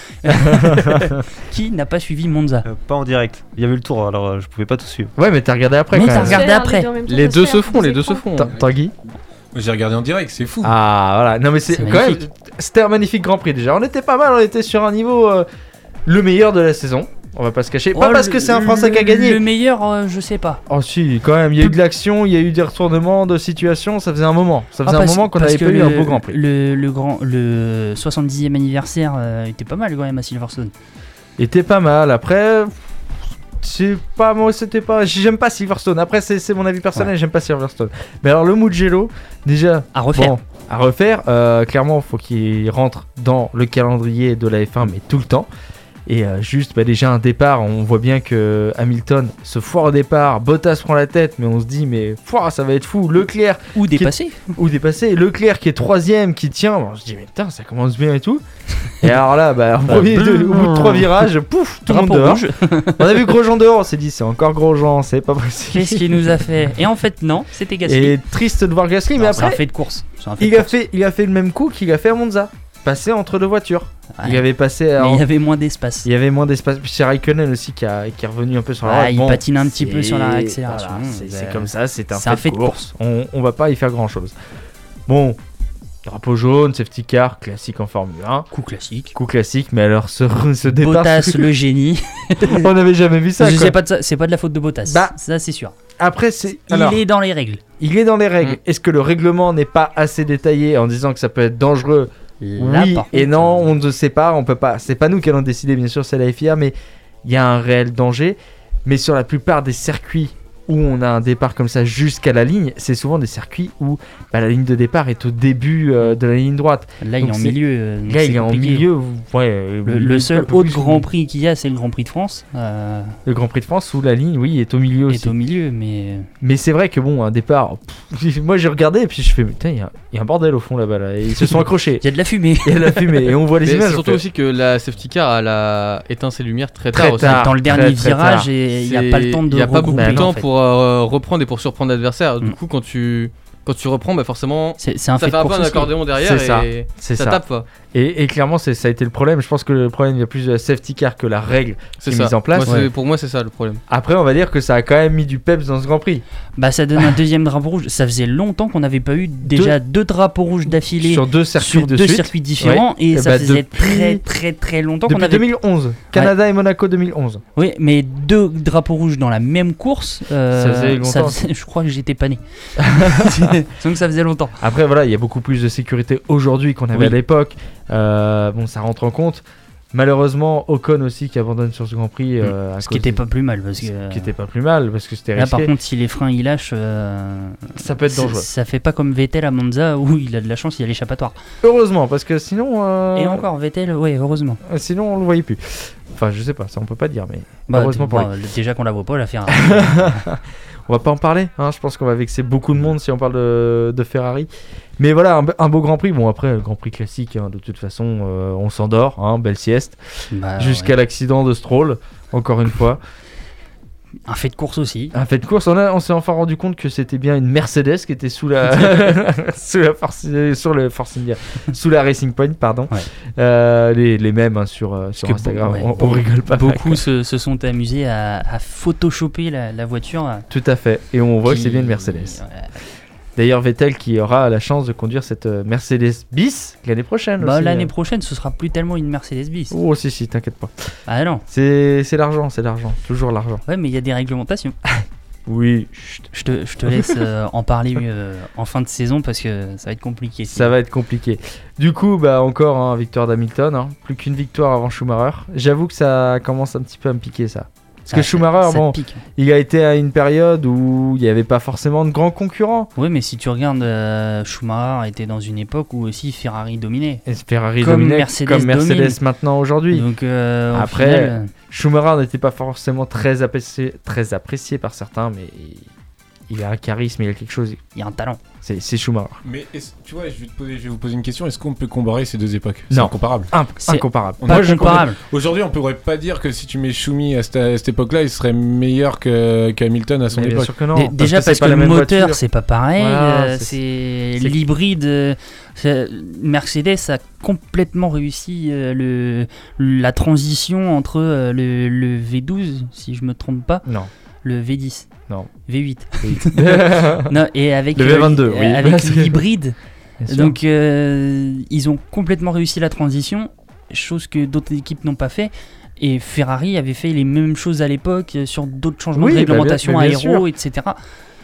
Qui n'a pas suivi Monza Euh, pas en direct. Il y avait le tour, alors euh, je pouvais pas tout suivre. Ouais, mais t'as regardé après Mais quand t'as même. regardé Faire après. les deux en même temps, Les ça deux se se fait, font, deux les deux se écrans. font. Tan- Tanguy. J'ai regardé en direct, c'est fou. Ah voilà, non mais c'est C'est quand même, magnifique. c'était un magnifique Grand Prix déjà. On était pas mal, on était sur un niveau euh, le meilleur de la saison. On va pas se cacher. Pas Oh, parce le- que c'est un Français qui a gagné. Le meilleur, euh, je sais pas. Oh si, quand même, il y a eu de l'action, il y a eu des retournements de situation, ça faisait un moment. Ça faisait Ah, un parce- moment qu'on parce n'avait que pas eu le- un beau Grand Prix. Le, le, grand, le soixante-dixième anniversaire euh, était pas mal quand même à Silverstone. Était pas mal. Après, c'est pas moi, c'était pas. J'aime pas Silverstone. Après, c'est c'est mon avis personnel, Ouais. j'aime pas Silverstone. Mais alors le Mugello, déjà. À refaire. Bon, à refaire. euh, clairement, faut qu'il rentre dans le calendrier de la F un, mais tout le temps. Et euh, juste, bah, déjà un départ, on voit bien que Hamilton se foire au départ, Bottas prend la tête, mais on se dit, mais pouah, ça va être fou. Leclerc. Ou qui est- dépassé. Ou dépassé. Leclerc qui est troisième, qui tient. Bon, on se dit, mais putain, ça commence bien et tout. Et alors là, bah, au, premier, deux- au bout de trois virages, pouf, tout le monde Drapeau dehors. rouge. On a vu Grosjean dehors, on s'est dit, c'est encore Grosjean, c'est pas possible. Qu'est-ce qu'il nous a fait? Et en fait, non, c'était Gasly. Et triste de voir Gasly, mais Non, c'est un après, fait de course. C'est un fait il de a, course. fait, il a fait le même coup qu'il a fait à Monza. Passer entre deux voitures. Ouais. Il avait passé. Mais en- il y avait moins d'espace. il y avait moins d'espace. Puis c'est Raikkonen aussi qui, a, qui est revenu un peu sur la Ah, route. il Bon, patine un petit peu sur la c'est- accélération. voilà, c'est c'est Euh, comme ça, c'est un, c'est un fait, fait de de course. On, on va pas y faire grand chose. Bon, drapeau jaune, safety car, classique en Formule un. Coup classique. Coup classique, mais alors ce, ce départ. Bottas, le génie. On n'avait jamais vu ça. Je quoi. sais pas de ça, c'est pas de la faute de Bottas. Bah, ça, c'est sûr. Après, c'est. Il alors, est dans les règles. il est dans les règles. Mm. Est-ce que le règlement n'est pas assez détaillé en disant que ça peut être dangereux? Là, Oui par et contre, non, on ne sait pas, on peut pas. C'est pas nous qui allons décider, bien sûr, c'est la F I A, mais il y a un réel danger. Mais sur la plupart des circuits où on a un départ comme ça jusqu'à la ligne, c'est souvent des circuits où bah, la ligne de départ est au début euh, de la ligne droite. Là, il est en milieu. euh, donc Là, c'est il est en compliqué. milieu. Ouais, Le, le seul autre Grand Prix qu'il y a, c'est le Grand Prix de France. Euh, Le Grand Prix de France où la ligne, oui, est au milieu aussi. est au milieu, mais. Mais c'est vrai que bon, un départ. pff, moi, j'ai regardé et puis je fais, putain, il y, a- il y a un bordel au fond là-bas. Là. Et ils se sont accrochés. Il y a de la fumée. Il y a de la fumée et on voit les Mais images. c'est on surtout fait- aussi que la safety car elle a éteint ses lumières très Très tard aussi. tard. Dans le très, dernier très virage, tard. et il n'y a C'est- pas le temps de Il n'y a pas beaucoup regrouper, de temps en fait. pour euh, reprendre et pour surprendre l'adversaire. Du Mm. coup, quand tu, quand tu reprends, bah forcément, C'est c'est un ça fait fait de un peu course un aussi. accordéon derrière C'est ça. et C'est ça ça. tape quoi. Et, et clairement, c'est, ça a été le problème. Je pense que le problème, il y a plus de la safety car que la règle C'est qui est ça. mise en place. Moi, c'est- Ouais. Pour moi, c'est ça le problème. Après, on va dire que ça a quand même mis du peps dans ce Grand Prix. Bah, ça donne un deuxième drapeau rouge. Ça faisait longtemps qu'on n'avait pas eu déjà deux, drapeaux rouges d'affilée Sur deux circuits sur de deux suite. circuits différents. Ouais. Et, Et ça bah, faisait depuis- très très très longtemps qu'on Depuis avait. deux mille onze. Canada et Monaco deux mille onze. Oui, mais deux drapeaux rouges dans la même course. euh, Ça faisait longtemps. faisait- je crois que j'étais pas né. Donc ça faisait longtemps. Après, voilà, il y a beaucoup plus de sécurité aujourd'hui qu'on avait Oui. à l'époque. Euh, bon, ça rentre en compte. Malheureusement, Ocon aussi qui abandonne sur ce Grand Prix. euh, à Ce qui cause était de- pas plus mal. Parce que, Ce qui était pas plus mal parce que c'était là, risqué. par contre, si les freins ils lâchent, euh, Ça peut être c'est- dangereux. Ça fait pas comme Vettel à Monza où il a de la chance, il y a l'échappatoire. Heureusement, parce que sinon. euh, Et encore, Vettel, ouais, heureusement. euh, Sinon, on le voyait plus. Enfin, je sais pas, ça on peut pas dire, mais Bah, heureusement pour bon, lui. déjà qu'on la voit pas, la Ferrari. On va pas en parler, hein, je pense qu'on va vexer beaucoup de monde si on parle de, de Ferrari. Mais voilà, un, un beau Grand Prix. Bon, après, le Grand Prix classique, hein, de toute façon, euh, on s'endort, hein, belle sieste. Bah, Jusqu'à ouais. l'accident de Stroll, encore une fois. Un fait de course aussi. Un fait de course, on, a- on s'est enfin rendu compte que c'était bien une Mercedes qui était sous la, sous la Force, sur le Force India, sous la Racing Point, pardon. Ouais. Euh, les, les mêmes hein, sur, euh, sur Que Instagram, ouais, on, on beaucoup- rigole pas. mal, Beaucoup quoi. se, se sont amusés à, à photoshopper la, la voiture. euh, Tout à fait, et on voit que qui- c'est bien une Mercedes. ouais. D'ailleurs, Vettel qui aura la chance de conduire cette euh, Mercedes bis l'année prochaine. Bah, aussi, l'année euh. prochaine, ce sera plus tellement une Mercedes bis. Oh, si, si, t'inquiète pas. Ah non. C'est c'est l'argent, c'est l'argent, toujours l'argent. Ouais, mais il y a des réglementations. Oui, Je te, je te laisse euh, en parler euh, en fin de saison parce que ça va être compliqué. ça va être compliqué. Du coup, bah encore hein, victoire d'Hamilton, hein. Plus qu'une victoire avant Schumacher. J'avoue que ça commence un petit peu à me piquer ça. Parce que Ah, Schumacher, ça te bon, pique. il a été à une période où il n'y avait pas forcément de grands concurrents. Oui, mais si tu regardes, euh, Schumacher était dans une époque où aussi Ferrari dominait. Et Ferrari Comme dominait, Mercedes comme Mercedes domine. maintenant aujourd'hui. Donc euh, au Après, final, Schumacher n'était pas forcément très apprécié, très apprécié par certains, mais il a un charisme, il a quelque chose. il y a un talent. C'est c'est Schumacher. Mais est-ce- tu vois, je vais, te poser, je vais vous poser une question. Est-ce qu'on peut comparer ces deux époques? C'est Non. incomparable. Imp- C'est incomparable. On pas a- comparable. Aujourd'hui, on pourrait pas dire que si tu mets Schumi à cette, à cette époque-là, il serait meilleur que qu'Hamilton à son Mais bien époque. sûr que non. Dé- déjà c'est parce que, pas la le même moteur voiture. c'est pas pareil, Voilà, euh, c'est- c'est c'est- l'hybride. euh, c'est- Mercedes a complètement réussi euh, le, la transition entre euh, le, le V douze, si je me trompe pas, Non. le V dix, Non. V huit. Oui. Non, et avec Le euh, V vingt-deux, euh, oui. avec l'hybride. Bien sûr. Donc euh, ils ont complètement réussi la transition, chose que d'autres équipes n'ont pas fait. Et Ferrari avait fait les mêmes choses à l'époque euh, sur d'autres changements Oui, de bah, bien- réglementation mais bien aéro, sûr. et cetera.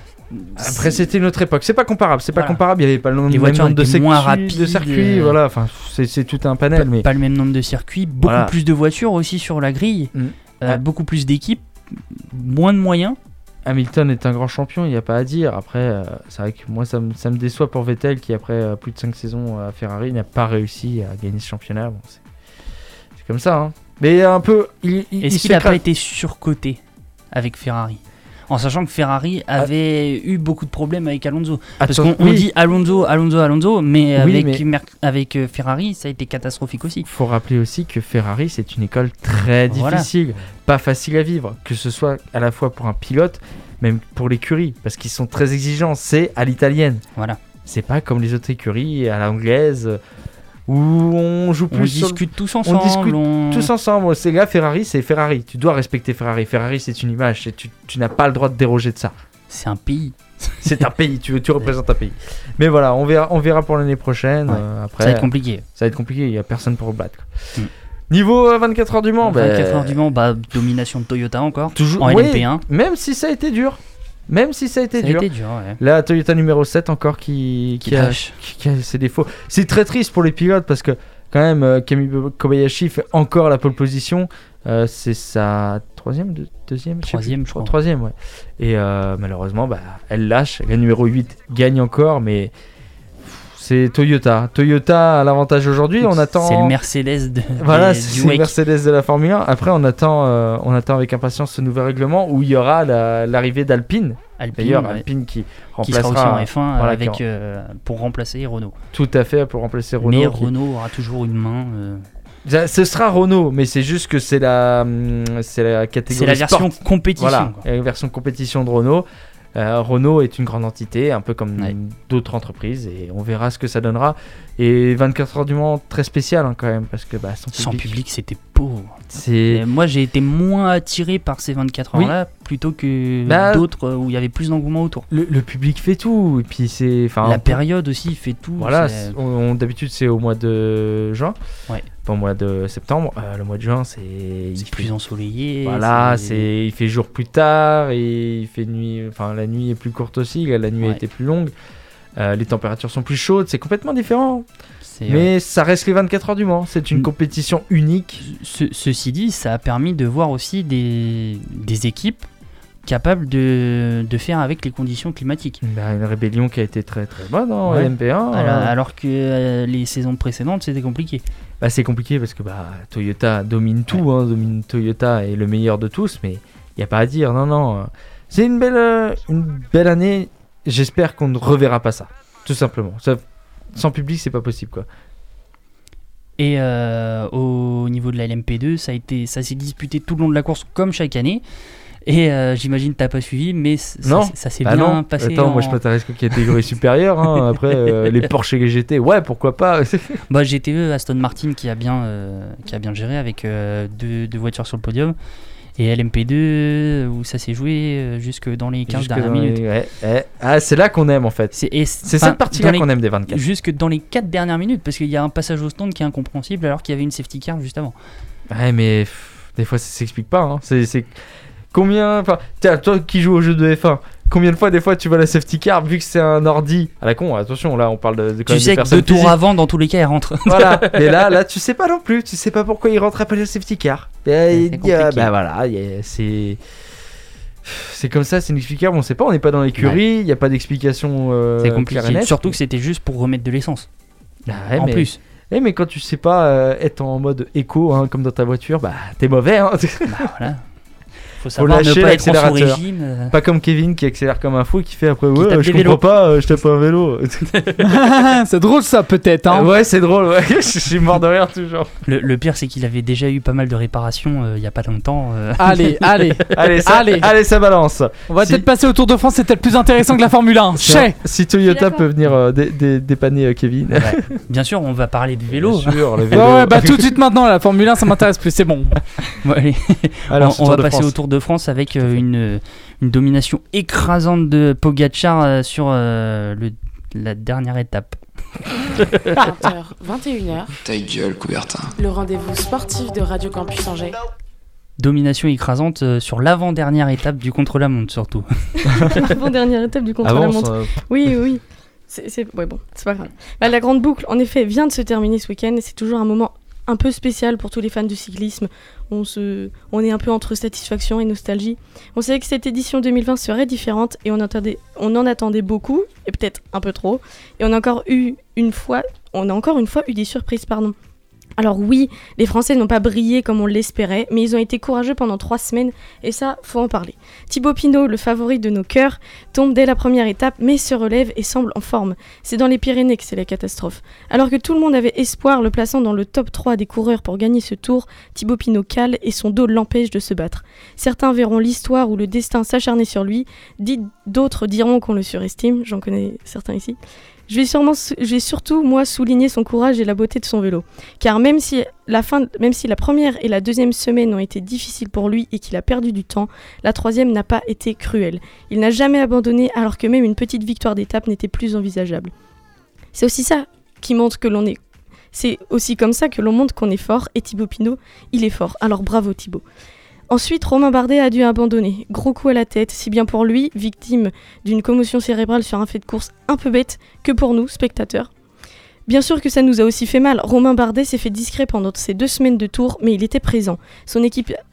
Après, c'était une autre époque. C'est pas comparable. C'est pas Voilà. comparable. Il y avait pas le nombre, Les même voitures nombre de, étaient moins circuits- rapides, de circuits. euh, Voilà. Enfin, c'est c'est tout un panel. Pas, mais pas le même nombre de circuits, beaucoup Voilà. plus de voitures aussi sur la grille, Mm. euh, Ah. beaucoup plus d'équipes, moins de moyens. Hamilton est un grand champion. Il n'y a pas à dire. Après, euh, c'est vrai que moi, ça me, ça me déçoit pour Vettel qui, après euh, plus de cinq saisons à Ferrari, n'a pas réussi à gagner ce championnat. Bon, c'est c'est comme ça. Hein. Mais un peu. Il, il, Est-ce il qu'il n'a pas s'écrase- été surcoté avec Ferrari? En sachant que Ferrari avait eu beaucoup de problèmes avec Alonso. Parce Attends, qu'on on oui. dit Alonso, Alonso, Alonso, mais Oui, avec, mais- Mer- avec euh, Ferrari, ça a été catastrophique aussi. faut rappeler aussi que Ferrari, c'est une école très Voilà. difficile, pas facile à vivre, que ce soit à la fois pour un pilote, même pour l'écurie, parce qu'ils sont très exigeants. C'est à l'italienne. Voilà. C'est pas comme les autres écuries à l'anglaise où on joue plus On sur le- discute tous ensemble. on discute on- tous ensemble. C'est là, Ferrari, c'est Ferrari. Tu dois respecter Ferrari. Ferrari, c'est une image. c'est- Tu, tu n'as pas le droit de déroger de ça. C'est un pays. C'est un pays. Tu, tu représentes un pays. Mais voilà, on verra, on verra pour l'année prochaine. Ouais. euh, après, Ça va être compliqué. Ça va être compliqué. Il y a personne pour le battre. quoi. Mm. Niveau euh, vingt-quatre heures du Mans, bah, vingt-quatre heures du Mans, bah, domination de Toyota encore. toujours en oui, L M P un. Même si ça a été dur. Même si ça a été Ça a dur. été dur, ouais. Là, Toyota numéro sept encore qui, Qui qui, a, lâche. qui, qui a ses défauts. C'est très triste pour les pilotes parce que quand même euh, Kami Kobayashi fait encore la pole position. Euh, c'est sa troisième, deux, deuxième, troisième, je, je crois. Troisième, ouais. Et euh, malheureusement, bah, elle lâche. La numéro huit gagne encore, mais c'est Toyota. Toyota a l'avantage aujourd'hui. On attend. C'est le Mercedes de. Voilà, des, c'est le Mercedes de la Formule un. Après, on attend, euh, on attend avec impatience ce nouvel règlement où il y aura la, l'arrivée d'Alpine. Alpine, D'ailleurs, ouais. Alpine qui qui sera aussi en F un voilà, avec, en... euh, pour remplacer Renault. Tout à fait, pour remplacer Renault. Mais qui... Renault aura toujours une main. Euh... Ce sera Renault, mais c'est juste que c'est la, c'est la catégorie. C'est la version sport. compétition. Voilà, la version compétition de Renault. Euh, Renault est une grande entité, un peu comme ouais. d'autres entreprises, et on verra ce que ça donnera. Et vingt-quatre heures du Mans, très spécial hein, quand même, parce que bah, sans, sans public, public c'était pauvre. C'est... Moi j'ai été moins attiré par ces vingt-quatre heures là, oui. plutôt que bah, d'autres où il y avait plus d'engouement autour. Le, le public fait tout, et puis c'est... La période peut... aussi fait tout. Voilà, on, on, d'habitude c'est au mois de juin. Ouais. Pas au mois de septembre, euh, le mois de juin c'est, c'est il plus fait... ensoleillé. Voilà, c'est... c'est il fait jour plus tard et il fait nuit. Enfin la nuit est plus courte aussi, la nuit ouais. a été plus longue. Euh, les températures sont plus chaudes, c'est complètement différent. C'est Mais ouais. ça reste les vingt-quatre heures du Mans, c'est une mmh. compétition unique. Ce, ceci dit, ça a permis de voir aussi des, des équipes capables de, de faire avec les conditions climatiques. Bah, une rébellion qui a été très très bonne en ouais. M P un. Alors, euh... alors que euh, les saisons précédentes c'était compliqué. Bah, c'est compliqué parce que bah, Toyota domine tout, ouais. hein, domine Toyota est le meilleur de tous, mais il n'y a pas à dire, non, non. C'est une belle, euh, une belle année, j'espère qu'on ne reverra pas ça, tout simplement. Ça, sans public, c'est pas possible, quoi. Et euh, au niveau de la L M P deux, ça, a été, ça s'est disputé tout le long de la course comme chaque année. Et euh, j'imagine que t'as pas suivi, mais c- non. ça, ça s'est bah bien non. passé. Attends, en... moi je m'intéresse qu'à catégorie supérieure. Hein. Après, euh, les Porsche G T, ouais, pourquoi pas. Bah G T E, Aston Martin qui a bien, euh, qui a bien géré avec euh, deux, deux voitures sur le podium. Et L M P deux, où ça s'est joué jusque dans les quinze jusque dernières minutes. Les... Ouais, ouais. Ah, c'est là qu'on aime en fait. C'est, et c'est cette partie-là les... qu'on aime des vingt-quatre. Jusque dans les quatre dernières minutes, parce qu'il y a un passage au stand qui est incompréhensible alors qu'il y avait une safety car juste avant. Ouais, mais pff, des fois ça s'explique pas. Hein. C'est, c'est... Combien, enfin, tiens, toi qui joues au jeu de F un, combien de fois des fois tu vois la safety car vu que c'est un ordi à la con, attention là on parle de, de quand tu sais que deux tours avant dans tous les cas elle rentre. Voilà, mais là là tu sais pas non plus, tu sais pas pourquoi il rentre après le safety car. Et il, euh, bah voilà, c'est c'est comme ça, c'est inexplicable, on sait pas, on n'est pas dans l'écurie, il ouais. y a pas d'explication. Euh, c'est compliqué, surtout que c'était juste pour remettre de l'essence. Ah ouais, en mais... plus. Eh mais quand tu sais pas euh, être en mode éco hein, comme dans ta voiture, bah t'es mauvais hein. Bah voilà. Faut savoir Faut ne pas être en sous-régime. Euh... Pas comme Kevin qui accélère comme un fou et qui fait après ouais, euh, je comprends pas, euh, je tape un vélo. C'est drôle ça peut-être hein. Euh, ouais c'est drôle, ouais. Je suis mort de rire toujours. Le, le pire c'est qu'il avait déjà eu pas mal de réparations il euh, y a pas longtemps. Euh... Allez, allez, allez, ça, allez, allez, ça balance. On va si... peut-être passer au Tour de France, c'est peut-être plus intéressant que la Formule un. Chez. Si Toyota peut venir euh, dé- dé- dépanner euh, Kevin. Ouais. Bien sûr, on va parler de vélo. Bien sûr, les vélos. Ouais, ouais, bah tout de suite maintenant, la Formule un ça m'intéresse plus, c'est bon. Bon, allez. Alors, on, on va passer France. au Tour de France avec euh, une, une domination écrasante de Pogacar euh, sur euh, le, la dernière étape. vingt heures, vingt et une heures. Ta gueule, Coubertin. Le rendez-vous sportif de Radio Campus Angers. Domination écrasante euh, sur l'avant-dernière étape du contre-la-montre surtout. L'avant-dernière étape du contre-la-montre. Euh... Oui, oui. C'est, c'est... Ouais, bon, c'est pas grave. Bah, la grande boucle, en effet, vient de se terminer ce week-end et c'est toujours un moment un peu spécial pour tous les fans de cyclisme. On, se... on est un peu entre satisfaction et nostalgie. On savait que cette édition deux mille vingt serait différente et on, attendait... on en attendait beaucoup, et peut-être un peu trop. Et on a encore eu une fois, on a encore une fois eu des surprises, pardon. Alors oui, les Français n'ont pas brillé comme on l'espérait, mais ils ont été courageux pendant trois semaines, et ça, faut en parler. Thibaut Pinot, le favori de nos cœurs, tombe dès la première étape, mais se relève et semble en forme. C'est dans les Pyrénées que c'est la catastrophe. Alors que tout le monde avait espoir le plaçant dans le top trois des coureurs pour gagner ce tour, Thibaut Pinot cale et son dos l'empêche de se battre. Certains verront l'histoire ou le destin s'acharner sur lui, d'autres diront qu'on le surestime, j'en connais certains ici. Je vais, sûrement, je vais surtout, moi, souligner son courage et la beauté de son vélo. Car même si, la fin, même si la première et la deuxième semaine ont été difficiles pour lui et qu'il a perdu du temps, la troisième n'a pas été cruelle. Il n'a jamais abandonné alors que même une petite victoire d'étape n'était plus envisageable. C'est aussi ça qui montre que l'on est... C'est aussi comme ça que l'on montre qu'on est fort, et Thibaut Pinot, il est fort. Alors bravo Thibaut. Ensuite, Romain Bardet a dû abandonner. Gros coup à la tête, si bien pour lui, victime d'une commotion cérébrale sur un fait de course un peu bête, que pour nous, spectateurs. Bien sûr que ça nous a aussi fait mal. Romain Bardet s'est fait discret pendant ces deux semaines de tour, mais il était présent. Son équipe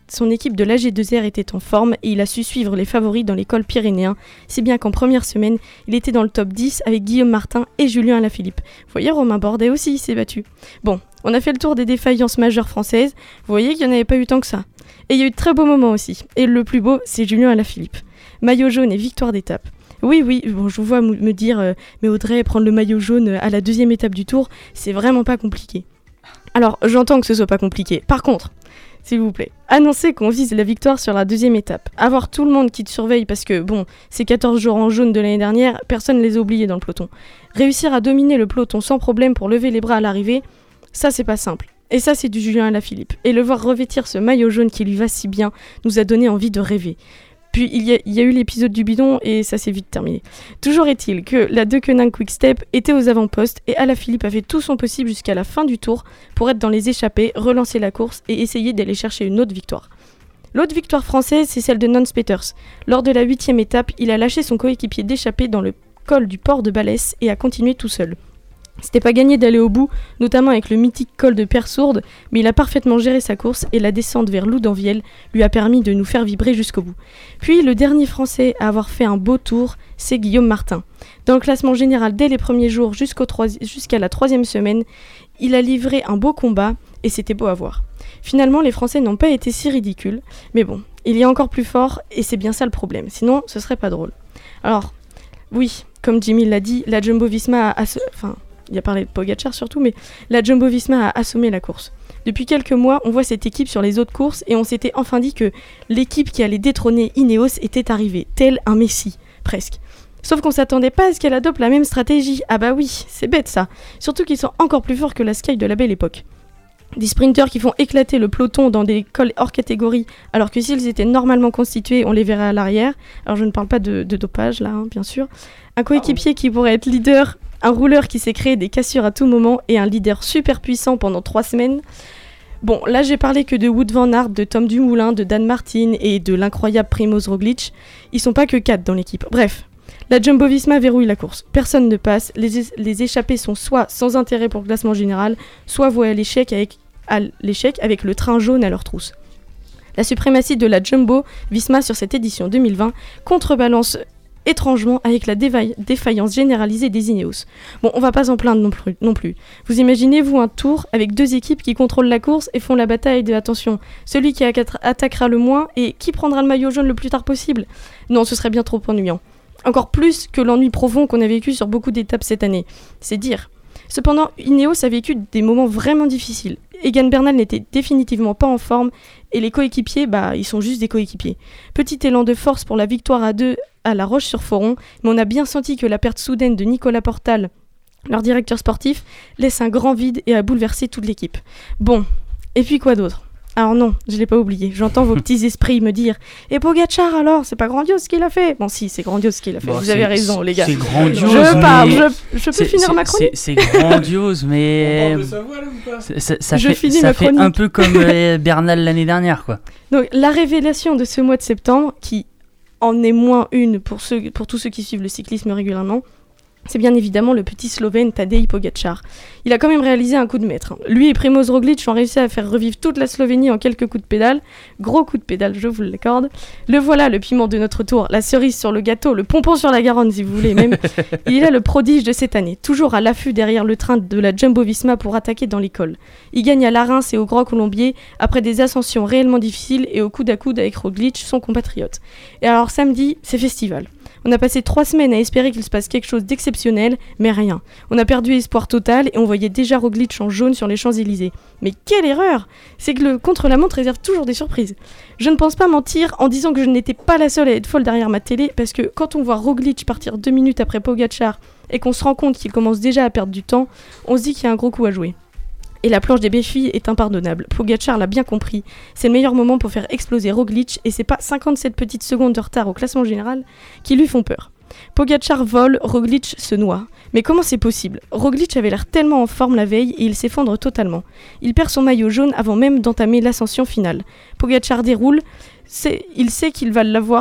son équipe de l'A G deux R était en forme et il a su suivre les favoris dans les cols pyrénéens, si bien qu'en première semaine, il était dans le top dix avec Guillaume Martin et Julien Alaphilippe. Vous voyez, Romain Bordet aussi, il s'est battu. Bon, on a fait le tour des défaillances majeures françaises, vous voyez qu'il n'y en avait pas eu tant que ça. Et il y a eu de très beaux moments aussi, et le plus beau, c'est Julien Alaphilippe. Maillot jaune et victoire d'étape. Oui, oui, bon, je vous vois m- me dire, euh, mais Audrey, prendre le maillot jaune à la deuxième étape du Tour, c'est vraiment pas compliqué. Alors, j'entends que ce soit pas compliqué. Par contre, s'il vous plaît, annoncer qu'on vise la victoire sur la deuxième étape. Avoir tout le monde qui te surveille parce que, bon, ces quatorze jours en jaune de l'année dernière, personne ne les a oubliés dans le peloton. Réussir à dominer le peloton sans problème pour lever les bras à l'arrivée, ça c'est pas simple. Et ça c'est du Julien Alaphilippe. Et le voir revêtir ce maillot jaune qui lui va si bien nous a donné envie de rêver. Puis il y, a, il y a eu l'épisode du bidon et ça s'est vite terminé. Toujours est-il que la Deceuninck Quick-Step était aux avant-postes et Alaphilippe a fait tout son possible jusqu'à la fin du tour pour être dans les échappées, relancer la course et essayer d'aller chercher une autre victoire. L'autre victoire française, c'est celle de Nance Peters. Lors de la huitième étape, il a lâché son coéquipier d'échappée dans le col du port de Balès et a continué tout seul. C'était pas gagné d'aller au bout, notamment avec le mythique col de Persourde, mais il a parfaitement géré sa course et la descente vers Loudanvielle lui a permis de nous faire vibrer jusqu'au bout. Puis le dernier Français à avoir fait un beau tour, c'est Guillaume Martin. Dans le classement général dès les premiers jours jusqu'au troisi- jusqu'à la troisième semaine, il a livré un beau combat et c'était beau à voir. Finalement, les Français n'ont pas été si ridicules, mais bon, il y a encore plus fort et c'est bien ça le problème, sinon ce serait pas drôle. Alors, oui, comme Jimmy l'a dit, la Jumbo-Visma a... Asso- enfin, il a parlé de Pogacar surtout, mais la Jumbo-Visma a assommé la course. Depuis quelques mois, on voit cette équipe sur les autres courses et on s'était enfin dit que l'équipe qui allait détrôner Ineos était arrivée, tel un messie, presque. Sauf qu'on s'attendait pas à ce qu'elle adopte la même stratégie. Ah bah oui, c'est bête ça. Surtout qu'ils sont encore plus forts que la Sky de la belle époque. Des sprinteurs qui font éclater le peloton dans des cols hors catégorie, alors que s'ils étaient normalement constitués, on les verrait à l'arrière. Alors je ne parle pas de, de dopage là, hein, bien sûr. Un coéquipier qui pourrait être leader, un rouleur qui s'est créé des cassures à tout moment et un leader super puissant pendant trois semaines. Bon, là j'ai parlé que de Wout van Aert, de Tom Dumoulin, de Dan Martin et de l'incroyable Primož Roglič. Ils sont pas que quatre dans l'équipe. Bref, la Jumbo-Visma verrouille la course. Personne ne passe. Les, es- les échappés sont soit sans intérêt pour le classement général, soit voués à l'échec avec, à l'échec avec le train jaune à leur trousse. La suprématie de la Jumbo-Visma sur cette édition deux mille vingt contrebalance étrangement avec la déva- défaillance généralisée des Ineos. Bon, on va pas en plaindre non plus, non plus. Vous imaginez, vous, un tour avec deux équipes qui contrôlent la course et font la bataille de attention. Celui qui acca- attaquera le moins et qui prendra le maillot jaune le plus tard possible. Non, ce serait bien trop ennuyant. Encore plus que l'ennui profond qu'on a vécu sur beaucoup d'étapes cette année. C'est dire. Cependant, Ineos a vécu des moments vraiment difficiles. Egan Bernal n'était définitivement pas en forme et les coéquipiers, bah, ils sont juste des coéquipiers. Petit élan de force pour la victoire à deux à La Roche-sur-Foron, mais on a bien senti que la perte soudaine de Nicolas Portal, leur directeur sportif, laisse un grand vide et a bouleversé toute l'équipe. Bon, et puis quoi d'autre ? Alors non, je l'ai pas oublié. J'entends vos petits esprits me dire « Et Pogacar alors, c'est pas grandiose ce qu'il a fait ?» Bon si, c'est grandiose ce qu'il a fait. Bon, Vous c'est- avez raison les gars. C'est grandiose. Je mais- parle, je, je peux c'est- finir c'est- ma chronique. C'est c'est grandiose, mais... On parle de sa voix, là, ou pas Ça, ça- ça Je fait, finis ça ma fait chronique. un peu comme euh, Bernal l'année dernière, quoi. Donc la révélation de ce mois de septembre, qui en est moins une pour, ceux, pour tous ceux qui suivent le cyclisme régulièrement, c'est bien évidemment le petit Slovène Tadej Pogacar. Il a quand même réalisé un coup de maître. Lui et Primož Roglič ont réussi à faire revivre toute la Slovénie en quelques coups de pédale. Gros coup de pédale, je vous l'accorde. Le voilà, le piment de notre tour, la cerise sur le gâteau, le pompon sur la Garonne si vous voulez même. Il est le prodige de cette année, toujours à l'affût derrière le train de la Jumbo-Visma pour attaquer dans les cols. Il gagne à Larens et au Grand Colombier après des ascensions réellement difficiles et au coude à coude avec Roglič, son compatriote. Et alors samedi, c'est festival. On a passé trois semaines à espérer qu'il se passe quelque chose d'exceptionnel, mais rien. On a perdu espoir total et on voyait déjà Roglič en jaune sur les Champs-Élysées. Mais quelle erreur! C'est que le contre-la-montre réserve toujours des surprises. Je ne pense pas mentir en disant que je n'étais pas la seule à être folle derrière ma télé, parce que quand on voit Roglič partir deux minutes après Pogacar et qu'on se rend compte qu'il commence déjà à perdre du temps, on se dit qu'il y a un gros coup à jouer. Et la planche des Béfis est impardonnable. Pogacar l'a bien compris. C'est le meilleur moment pour faire exploser Roglič et c'est pas cinquante-sept petites secondes de retard au classement général qui lui font peur. Pogacar vole, Roglič se noie. Mais comment c'est possible ? Roglič avait l'air tellement en forme la veille et il s'effondre totalement. Il perd son maillot jaune avant même d'entamer l'ascension finale. Pogacar déroule, c'est, il sait qu'il va l'avoir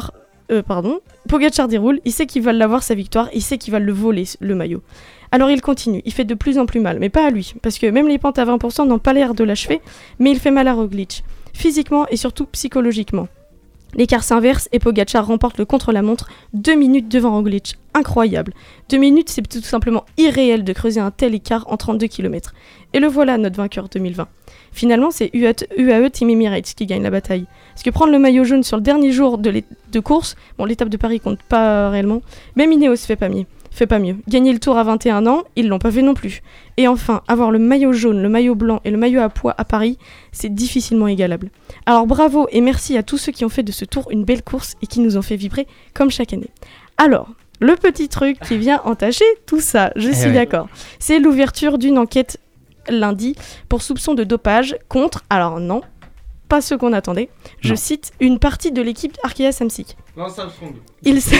euh, pardon, Pogacar déroule, il sait qu'il va l'avoir sa victoire, il sait qu'il va le voler le maillot. Alors il continue, il fait de plus en plus mal, mais pas à lui, parce que même les pentes à vingt pour cent n'ont pas l'air de l'achever, mais il fait mal à Roglic, physiquement et surtout psychologiquement. L'écart s'inverse et Pogacar remporte le contre-la-montre deux minutes devant Roglic. Incroyable. Deux minutes, c'est tout simplement irréel de creuser un tel écart en trente-deux kilomètres. Et le voilà, notre vainqueur deux mille vingt. Finalement, c'est U A E Team Emirates qui gagne la bataille. Parce que prendre le maillot jaune sur le dernier jour de, de course, bon, l'étape de Paris compte pas réellement, même Ineos fait pas mieux. Fait pas mieux. Gagner le Tour à vingt et un ans, ils l'ont pas fait non plus. Et enfin, avoir le maillot jaune, le maillot blanc et le maillot à pois à Paris, c'est difficilement égalable. Alors bravo et merci à tous ceux qui ont fait de ce Tour une belle course et qui nous ont fait vibrer comme chaque année. Alors, le petit truc qui vient entacher tout ça, je suis ouais. d'accord, c'est l'ouverture d'une enquête lundi pour soupçon de dopage contre, alors non, pas ce qu'on attendait, je Non. cite, une partie de l'équipe Arkea Samsic. Lance Armstrong. Il, s-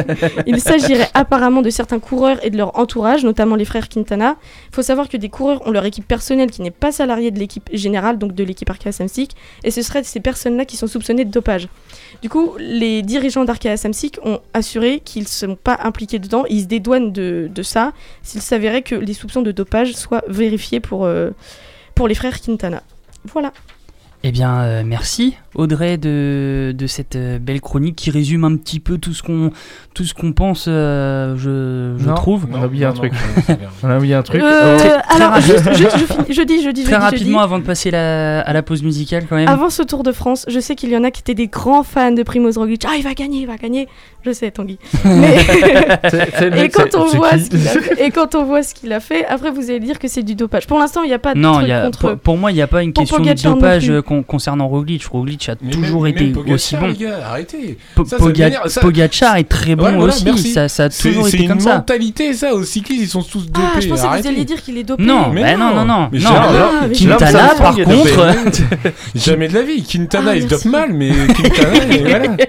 Il s'agirait apparemment de certains coureurs et de leur entourage, notamment les frères Quintana. Il faut savoir que des coureurs ont leur équipe personnelle qui n'est pas salariée de l'équipe générale, donc de l'équipe Arkea Samsic, et ce seraient ces personnes-là qui sont soupçonnées de dopage. Du coup, les dirigeants d'Arkea Samsic ont assuré qu'ils ne sont pas impliqués dedans, ils se dédouanent de, de ça, s'il s'avérait que les soupçons de dopage soient vérifiés pour, euh, pour les frères Quintana. Voilà. Eh bien, euh, merci Audrey de, de cette euh, belle chronique qui résume un petit peu tout ce qu'on tout ce qu'on pense, euh, je, je Non, trouve. on a oublié un non, truc. non, c'est bien. On a oublié un truc. Euh, Oh. Très- très alors, rapide. juste, juste, je, finis, je dis, je dis, je Très dis, rapidement je dis. avant de passer la, à la pause musicale quand même. Avant ce Tour de France, je sais qu'il y en a qui étaient des grands fans de Primoz Roglic. Ah, il va gagner, il va gagner. Je sais, Tanguy. Mais... C'est- c'est le et, mec, quand c'est- on c'est voit qui ce qu'il a fait, et quand on voit ce qu'il a fait, après vous allez dire que c'est du dopage. Pour l'instant, il n'y a pas de Non, truc y a, contre. pour, pour moi, il n'y a pas une pour question de Pogacar non dopage plus. euh, con- concernant Roglic. Roglic a Mais toujours même- été même Pogacar, aussi bon. les gars, arrêtez. Po- Ça, ça Poga- m'énerve, ça- Pogacar est très bon Ouais, voilà, aussi. merci. Ça, ça a C'est- toujours c'est été comme une ça. mentalité, ça. Aux cyclistes, ils sont tous dopés. Ah, je pensais que vous arrêtez. alliez dire qu'il est dopé. Non, Mais bah non. non, non, non. Mais non. jamais- Ah, mais Quintana, Lance par Armstrong est dopé. contre. Jamais de la vie. Quintana, Ah, il se merci. dope mal, mais Quintana, et voilà.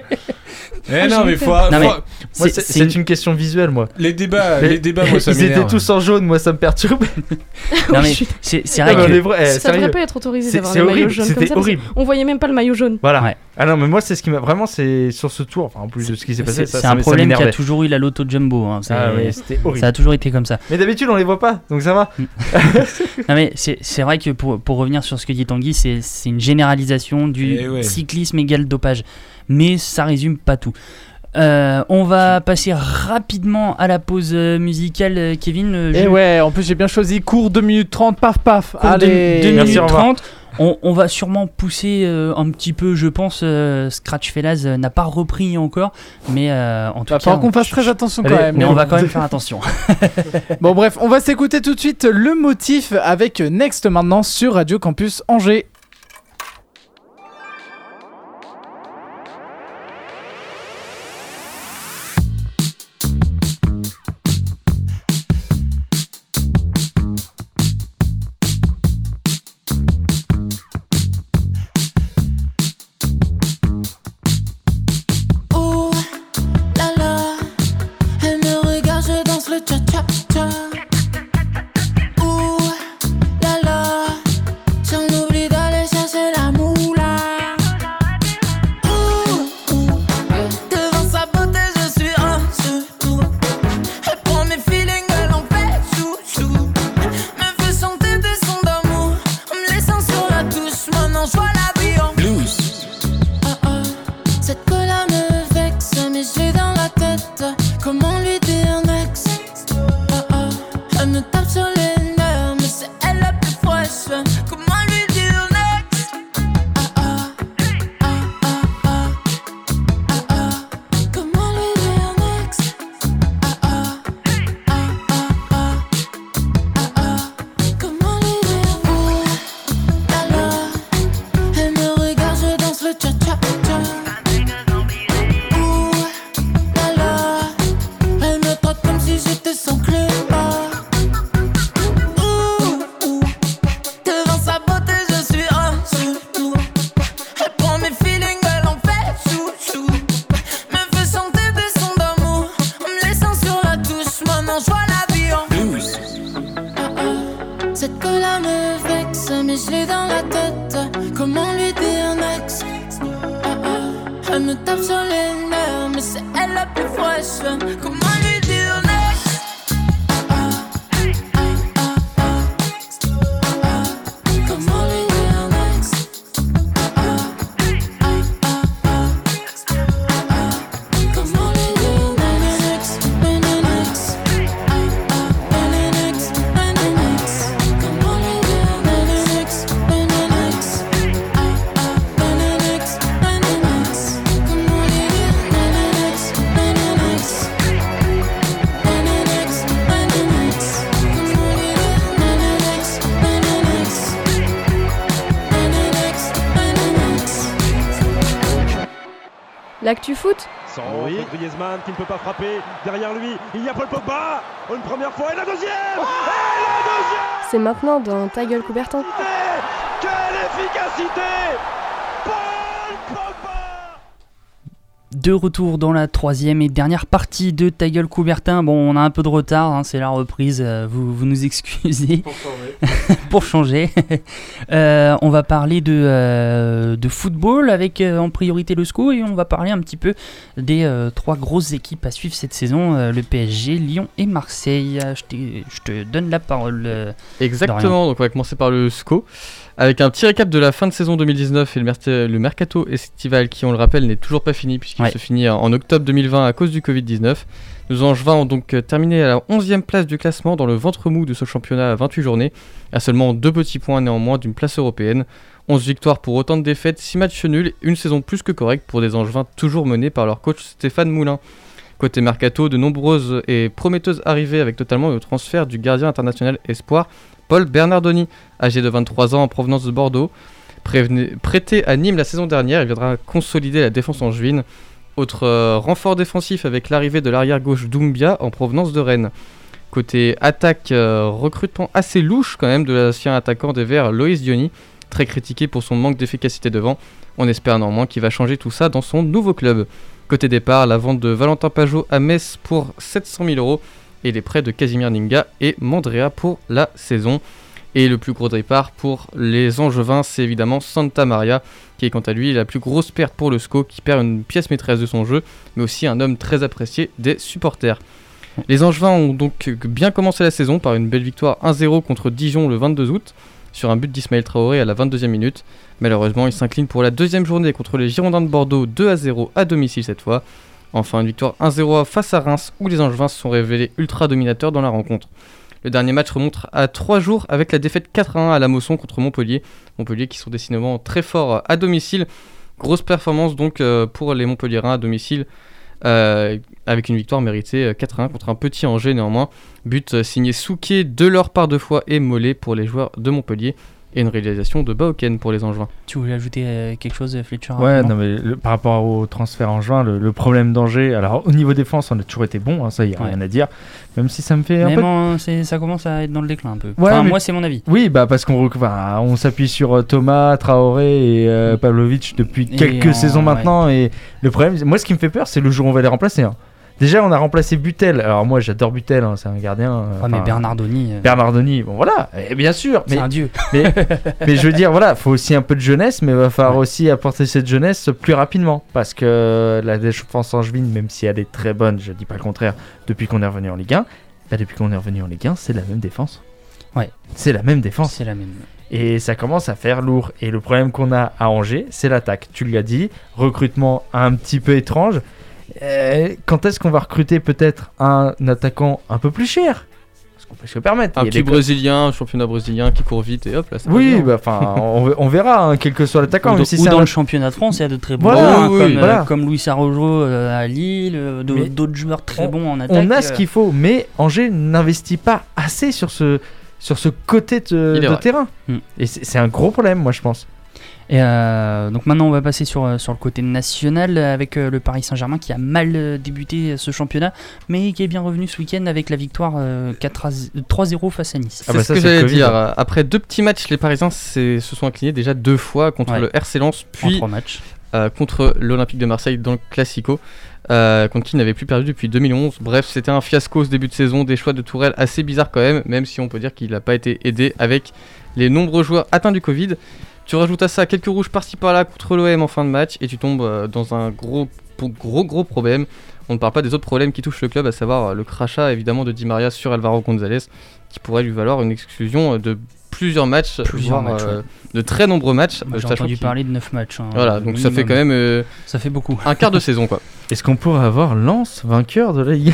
Eh Ah, non, j'ai mais eu faut. peur. Non, mais faut- Moi, c'est- c'est c'est c'est une- une question visuelle, moi. Les débats, Les- les débats, moi, ça Ils étaient m'énerve. tous en jaune, moi ça me perturbe. Non, mais Je suis- c'est c'est Non, vrai mais on que. est vrai, eh, Ça sérieux. devrait pas être autorisé C'est- d'avoir c'est les maillots horrible, jaunes c'était comme ça. parce horrible. On voyait même pas le maillot jaune. Voilà. Ouais. Ah non, mais moi c'est ce qui m'a vraiment, c'est sur ce tour, enfin en plus de ce qui s'est passé, C'est ça, c'est ça un m- ça problème qu'il y a m'énervait. toujours eu la Lotto Jumbo. hein. C'est- Ah oui, c'était horrible. Ça a toujours été comme ça. Mais d'habitude on les voit pas, donc ça va. Non mais c'est c'est vrai que pour, pour revenir sur ce que dit Tanguy, c'est c'est une généralisation du Eh ouais. cyclisme égale dopage. Mais ça résume pas tout. Euh, on va passer rapidement à la pause euh, musicale, euh, Kevin. euh, Et je- ouais, en plus j'ai bien choisi court deux minutes trente, paf paf. cours de Allez. deux Merci, minutes au revoir. trente. On, on va sûrement pousser euh, un petit peu, je pense. euh, Scratch Fellas euh, n'a pas repris encore, mais euh, en tout Va cas, falloir on, qu'on fasse très attention quand Allez, même. mais on va quand même faire attention. Bon bref, on va s'écouter tout de suite le motif avec Next maintenant sur Radio Campus Angers. Oh là là, elle me regarde, je danse le cha-cha-cha. Oh là là, j'en oublie d'aller chercher la moula. Oh, oh, devant sa beauté, je suis un sous. Elle prend mes feelings, elle en fait chou-chou. Me fait chanter des sons d'amour, en me laissant sur la touche. Maintenant, je vois la vie en blues. Ah ah, cette colère me vexe, mais je l'ai dans la tête. Comment lui dire next? Ah ah, elle me tape sur les nerfs, mais c'est elle la plus fraîche. Comment lui dire next? Ah ah, ah ah ah, ah ah, comment lui dire next? Ah ah, ah ah ah, ah ah, comment lui dire? Oh là là, elle me regarde, je danse le cha-cha-cha. Ouh là là, elle me traite comme si j'étais son clé. Ouh, ouh, devant sa beauté, je suis un chouchou. Elle prend mes feelings, elle en fait chouchou. Me fait chanter des sons d'amour, en me laissant sur la touche. Maintenant, je vois la vie en blues. Ah ah, cette colère me vexe, mais je l'ai dans la tête. Comment lui dire next? Ah ah, elle me tape sur les nerfs, mais swim. Come on, we do next. Come on, we do next. Come on, we do next. Benelux, Benelux, Benelux. Come on, we do Benelux, Benelux, Benelux, Benelux. Come on, we do Benelux, Benelux, Benelux, Benelux. Come on, we do Benelux, Benelux, Benelux, Benelux. L'actu foot. Sans oui. Griezmann qui ne peut pas frapper. Derrière lui, il y a Paul Pogba. Une première fois et la deuxième. Oh et la deuxième. C'est maintenant dans Ta gueule Coubertin. Quelle efficacité. Paul Pogba. De retour dans la troisième et dernière partie de Ta gueule Coubertin. Bon, on a un peu de retard, hein, c'est la reprise, euh, vous, vous nous excusez. Pour changer. Pour changer. Euh, on va parler de, euh, de football avec euh, en priorité le S C O et on va parler un petit peu des euh, trois grosses équipes à suivre cette saison, euh, le P S G, Lyon et Marseille. Je, t'ai- je te donne la parole. euh, Exactement, donc on va commencer par le S C O. Avec un petit récap de la fin de saison deux mille dix-neuf et le, mer- le mercato estival qui, on le rappelle, n'est toujours pas fini puisqu'il Ouais. se finit en octobre deux mille vingt à cause du covid dix-neuf. Nos Angevins ont donc euh, terminé à la onzième place du classement dans le ventre mou de ce championnat à vingt-huit journées, à seulement deux petits points néanmoins d'une place européenne. onze victoires pour autant de défaites, six matchs nuls, une saison plus que correcte pour des Angevins toujours menés par leur coach Stéphane Moulin. Côté mercato, de nombreuses et prometteuses arrivées avec notamment le transfert du gardien international espoir Paul Bernardoni, âgé de vingt-trois ans en provenance de Bordeaux. Prévenu- prêté à Nîmes la saison dernière, il viendra consolider la défense angevine. Autre euh, renfort défensif avec l'arrivée de l'arrière gauche Doumbia en provenance de Rennes. Côté attaque, euh, recrutement assez louche quand même de l'ancien attaquant des Verts Loïs Diony, très critiqué pour son manque d'efficacité devant. On espère néanmoins qu'il va changer tout ça dans son nouveau club. Côté départ, la vente de Valentin Pajot à Metz pour sept cent mille euros et les prêts de Casimir Ninga et Mandrea pour la saison. Et le plus gros départ pour les Angevins, c'est évidemment Santa Maria, qui est quant à lui la plus grosse perte pour le S C O, qui perd une pièce maîtresse de son jeu, mais aussi un homme très apprécié des supporters. Les Angevins ont donc bien commencé la saison par une belle victoire un zéro contre Dijon le vingt-deux août, sur un but d'Ismaël Traoré à la vingt-deuxième minute. Malheureusement, ils s'inclinent pour la deuxième journée contre les Girondins de Bordeaux deux à zéro à domicile cette fois. Enfin, une victoire un zéro face à Reims, où les Angevins se sont révélés ultra dominateurs dans la rencontre. Le dernier match remonte à trois jours avec la défaite quatre à un à la Mosson contre Montpellier. Montpellier qui sont décidément très forts à domicile. Grosse performance donc euh, pour les Montpelliérains à domicile, euh, avec une victoire méritée quatre à un contre un petit Angers néanmoins. But euh, signé Souquet, Delors par deux fois et Mollet pour les joueurs de Montpellier. Et une réalisation de Baoken pour les Angevins. Tu voulais ajouter euh, quelque chose, Fletcher? Ouais, non, mais le- par rapport au transfert en juin, le, le problème d'Angers, alors au niveau défense, on a toujours été bon, hein, ça, il n'y a Ouais. rien à dire. Même si ça me fait un Même peu. en- c'est- ça commence à être dans le déclin un peu. Ouais, Enfin, mais- moi, c'est mon avis. Oui, bah parce qu'on rec- enfin, on s'appuie sur euh, Thomas, Traoré et euh, Pavlovic depuis Et quelques en- saisons maintenant. Et le problème, moi, ce qui me fait peur, c'est le jour où on va les remplacer. hein. Déjà, on a remplacé Butel. Alors moi, j'adore Butel, hein, c'est un gardien. euh, Ouais, mais enfin, Bernardoni. euh, Bernardoni, bon voilà, et bien sûr. C'est mais, un dieu. Mais, mais je veux dire, voilà, faut aussi un peu de jeunesse, mais il va falloir aussi apporter cette jeunesse plus rapidement. Parce que la défense angevine, même si elle est très bonne, je dis pas le contraire, depuis qu'on est revenu en Ligue un, bah depuis qu'on est revenu en Ligue un, c'est la même défense. Ouais. C'est la même défense. C'est la même. Et ça commence à faire lourd. Et le problème qu'on a à Angers, c'est l'attaque. Tu l'as dit, recrutement un petit peu étrange. Euh, quand est-ce qu'on va recruter peut-être un attaquant un peu plus cher? Parce qu'on peut se le permettre. Un Il y a petit des brésilien, un championnat brésilien qui court vite et hop là ça Oui, passe bien. bah, enfin, on, on verra, hein, quel que soit l'attaquant. Ou, même dans- si ou c'est dans un- le championnat de France, il y a de très bons Voilà, joueurs, hein, oui, comme, euh, voilà. comme Luis Araujo euh, à Lille, euh, d'au- Mais d'autres joueurs très on- bons en attaque. On a ce euh, qu'il faut, mais Angers n'investit pas assez sur ce, sur ce côté de, Il est de vrai. terrain. Mm. Et c'est c'est un gros problème, moi, je pense. Et euh, donc maintenant on va passer sur, euh, sur le côté national avec euh, le Paris Saint-Germain qui a mal euh, débuté euh, ce championnat mais qui est bien revenu ce week-end avec la victoire euh, quatre à zéro trois zéro face à Nice. C'est ce que j'allais dire. Après deux petits matchs, les Parisiens s'est- se sont inclinés déjà deux fois contre Ouais. le R C Lens, En puis trois matchs. euh, contre l'Olympique de Marseille dans le Classico, euh, contre qui ils n'avaient plus perdu depuis deux mille onze. Bref, c'était un fiasco ce début de saison, des choix de Tourelle assez bizarres quand même, même si on peut dire qu'il n'a pas été aidé avec les nombreux joueurs atteints du Covid. Tu rajoutes à ça quelques rouges par-ci par-là contre l'O M en fin de match et tu tombes euh, dans un gros, gros, gros problème. on ne parle pas des autres problèmes qui touchent le club, à savoir le crachat évidemment de Di Maria sur Alvaro González, qui pourrait lui valoir une exclusion de plusieurs matchs, plusieurs voire matchs, euh, ouais. de très nombreux matchs. Moi, j'ai sachant entendu qu'il- parler de neuf matchs. hein, Voilà, euh, donc ça minimum. fait quand même euh, Ça fait beaucoup. un quart de saison quoi. Est-ce qu'on pourrait avoir Lens vainqueur de la Ligue?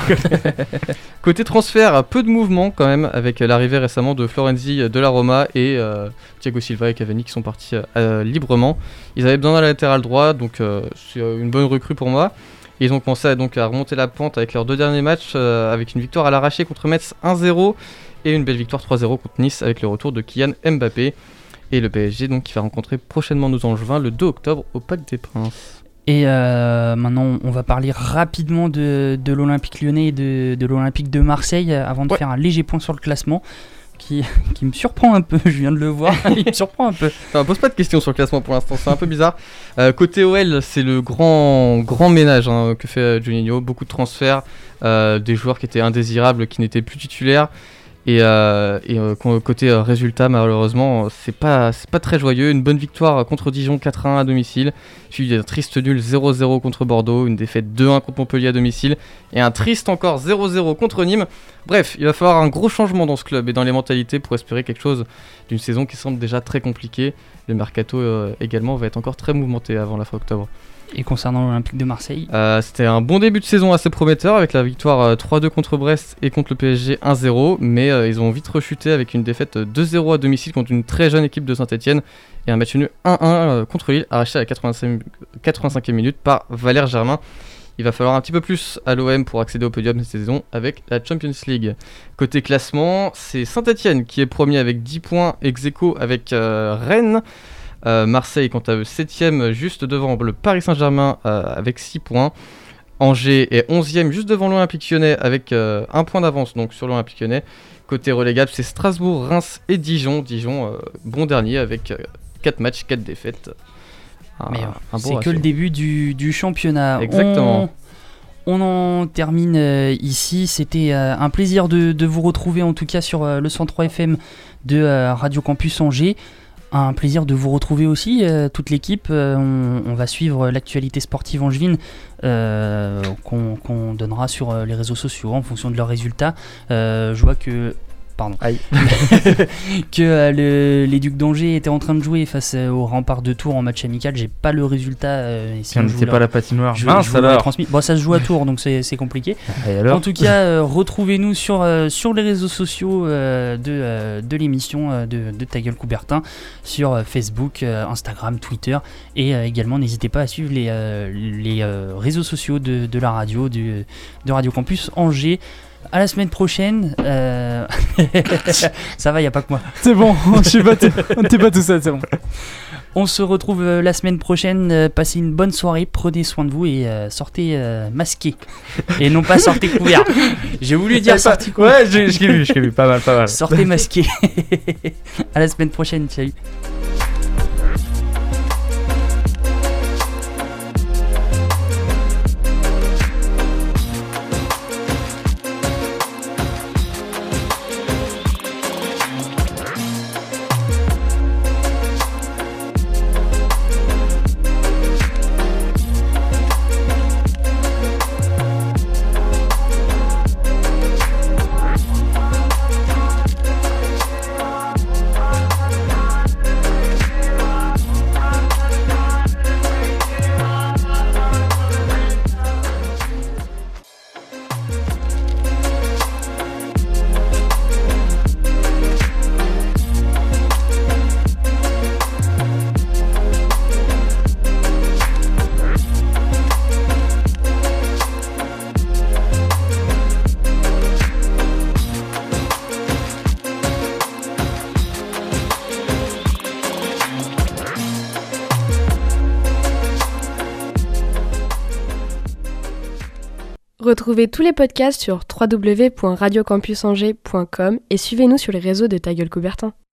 Côté transfert, peu de mouvement quand même, avec l'arrivée récemment de Florenzi de la Roma et euh, Thiago Silva et Cavani qui sont partis euh, librement. Ils avaient besoin d'un latéral droit, donc euh, c'est euh, une bonne recrue pour moi. Et ils ont commencé à, donc, à remonter la pente avec leurs deux derniers matchs, euh, avec une victoire à l'arraché contre Metz un zéro et une belle victoire trois zéro contre Nice avec le retour de Kylian Mbappé. Et le P S G donc, qui va rencontrer prochainement nos Angevins le deux octobre au Parc des Princes. Et euh, maintenant, on va parler rapidement de, de l'Olympique lyonnais et de, de l'Olympique de Marseille euh, avant de Ouais. faire un léger point sur le classement qui, qui me surprend un peu. Je viens de le voir, il me surprend un peu. Ça ne pose pas de questions sur le classement pour l'instant, c'est un peu bizarre. Euh, côté O L, c'est le grand, grand ménage hein, que fait euh, Juninho. Beaucoup de transferts, euh, des joueurs qui étaient indésirables, qui n'étaient plus titulaires. Et, euh, et euh, côté euh, résultat, malheureusement, c'est pas, c'est pas très joyeux. Une bonne victoire contre Dijon quatre à un à domicile, suivi d'un triste nul zéro zéro contre Bordeaux, une défaite deux un contre Montpellier à domicile, et un triste encore zéro zéro contre Nîmes. Bref, il va falloir un gros changement dans ce club et dans les mentalités pour espérer quelque chose d'une saison qui semble déjà très compliquée. Le mercato euh, également va être encore très mouvementé avant la fin octobre. Et concernant l'Olympique de Marseille, Euh, c'était un bon début de saison assez prometteur avec la victoire euh, trois deux contre Brest et contre le P S G un zéro, mais euh, ils ont vite rechuté avec une défaite euh, deux zéro à domicile contre une très jeune équipe de Saint-Etienne et un match nul un un euh, contre Lille arraché à la quatre-vingt-cinquième quatre-vingt-cinquième minute par Valère Germain. Il va falloir un petit peu plus à l'O M pour accéder au podium cette saison avec la Champions League. Côté classement, c'est Saint-Etienne qui est premier avec dix points, ex aequo avec euh, Rennes. Euh, Marseille, quant à eux, septième, juste devant le Paris Saint-Germain euh, avec six points. Angers est onzième, juste devant l'Olympique lyonnais avec euh, un point d'avance donc sur l'Olympique lyonnais. Côté relégable, c'est Strasbourg, Reims et Dijon. Dijon, euh, bon dernier avec euh, quatre matchs, quatre défaites. Un, mais euh, un beau c'est ratio. que le début du, du championnat. Exactement. On, on en termine euh, ici. C'était euh, un plaisir de, de vous retrouver en tout cas sur euh, le cent trois F M de euh, Radio Campus Angers. Un plaisir de vous retrouver aussi, euh, toute l'équipe. Euh, on, on va suivre l'actualité sportive angevine euh, qu'on, qu'on donnera sur euh, les réseaux sociaux en fonction de leurs résultats. Euh, je vois que... Pardon. que euh, le, les Ducs d'Angers étaient en train de jouer face euh, au Rempart de Tours en match amical. J'ai pas le résultat. Euh, et on n'était pas à la patinoire. Mince, je vous l'aurais alors. transmis. Bon, ça se joue à Tours, donc c'est, c'est compliqué. Et alors En tout cas, euh, retrouvez-nous sur, euh, sur les réseaux sociaux euh, de, euh, de l'émission euh, de, de Ta Gueule Coubertin, sur euh, Facebook, euh, Instagram, Twitter, et euh, également n'hésitez pas à suivre les, euh, les euh, réseaux sociaux de, de la radio, du, de Radio Campus Angers. À la semaine prochaine. Euh... Ça va, il n'y a pas que moi. C'est bon, je suis pas t- t'es pas tout seul, c'est bon. On se retrouve euh, la semaine prochaine. Euh, passez une bonne soirée, prenez soin de vous et euh, sortez euh, masqués. Et non pas sortez couverts. J'ai voulu dire sortez couverts. Ouais, je, je l'ai vu, je l'ai vu, pas mal, pas mal. Sortez masqués. À la semaine prochaine, salut. Retrouvez tous les podcasts sur w w w point radio campus angers point com et suivez-nous sur les réseaux de Ta Gueule Coubertin.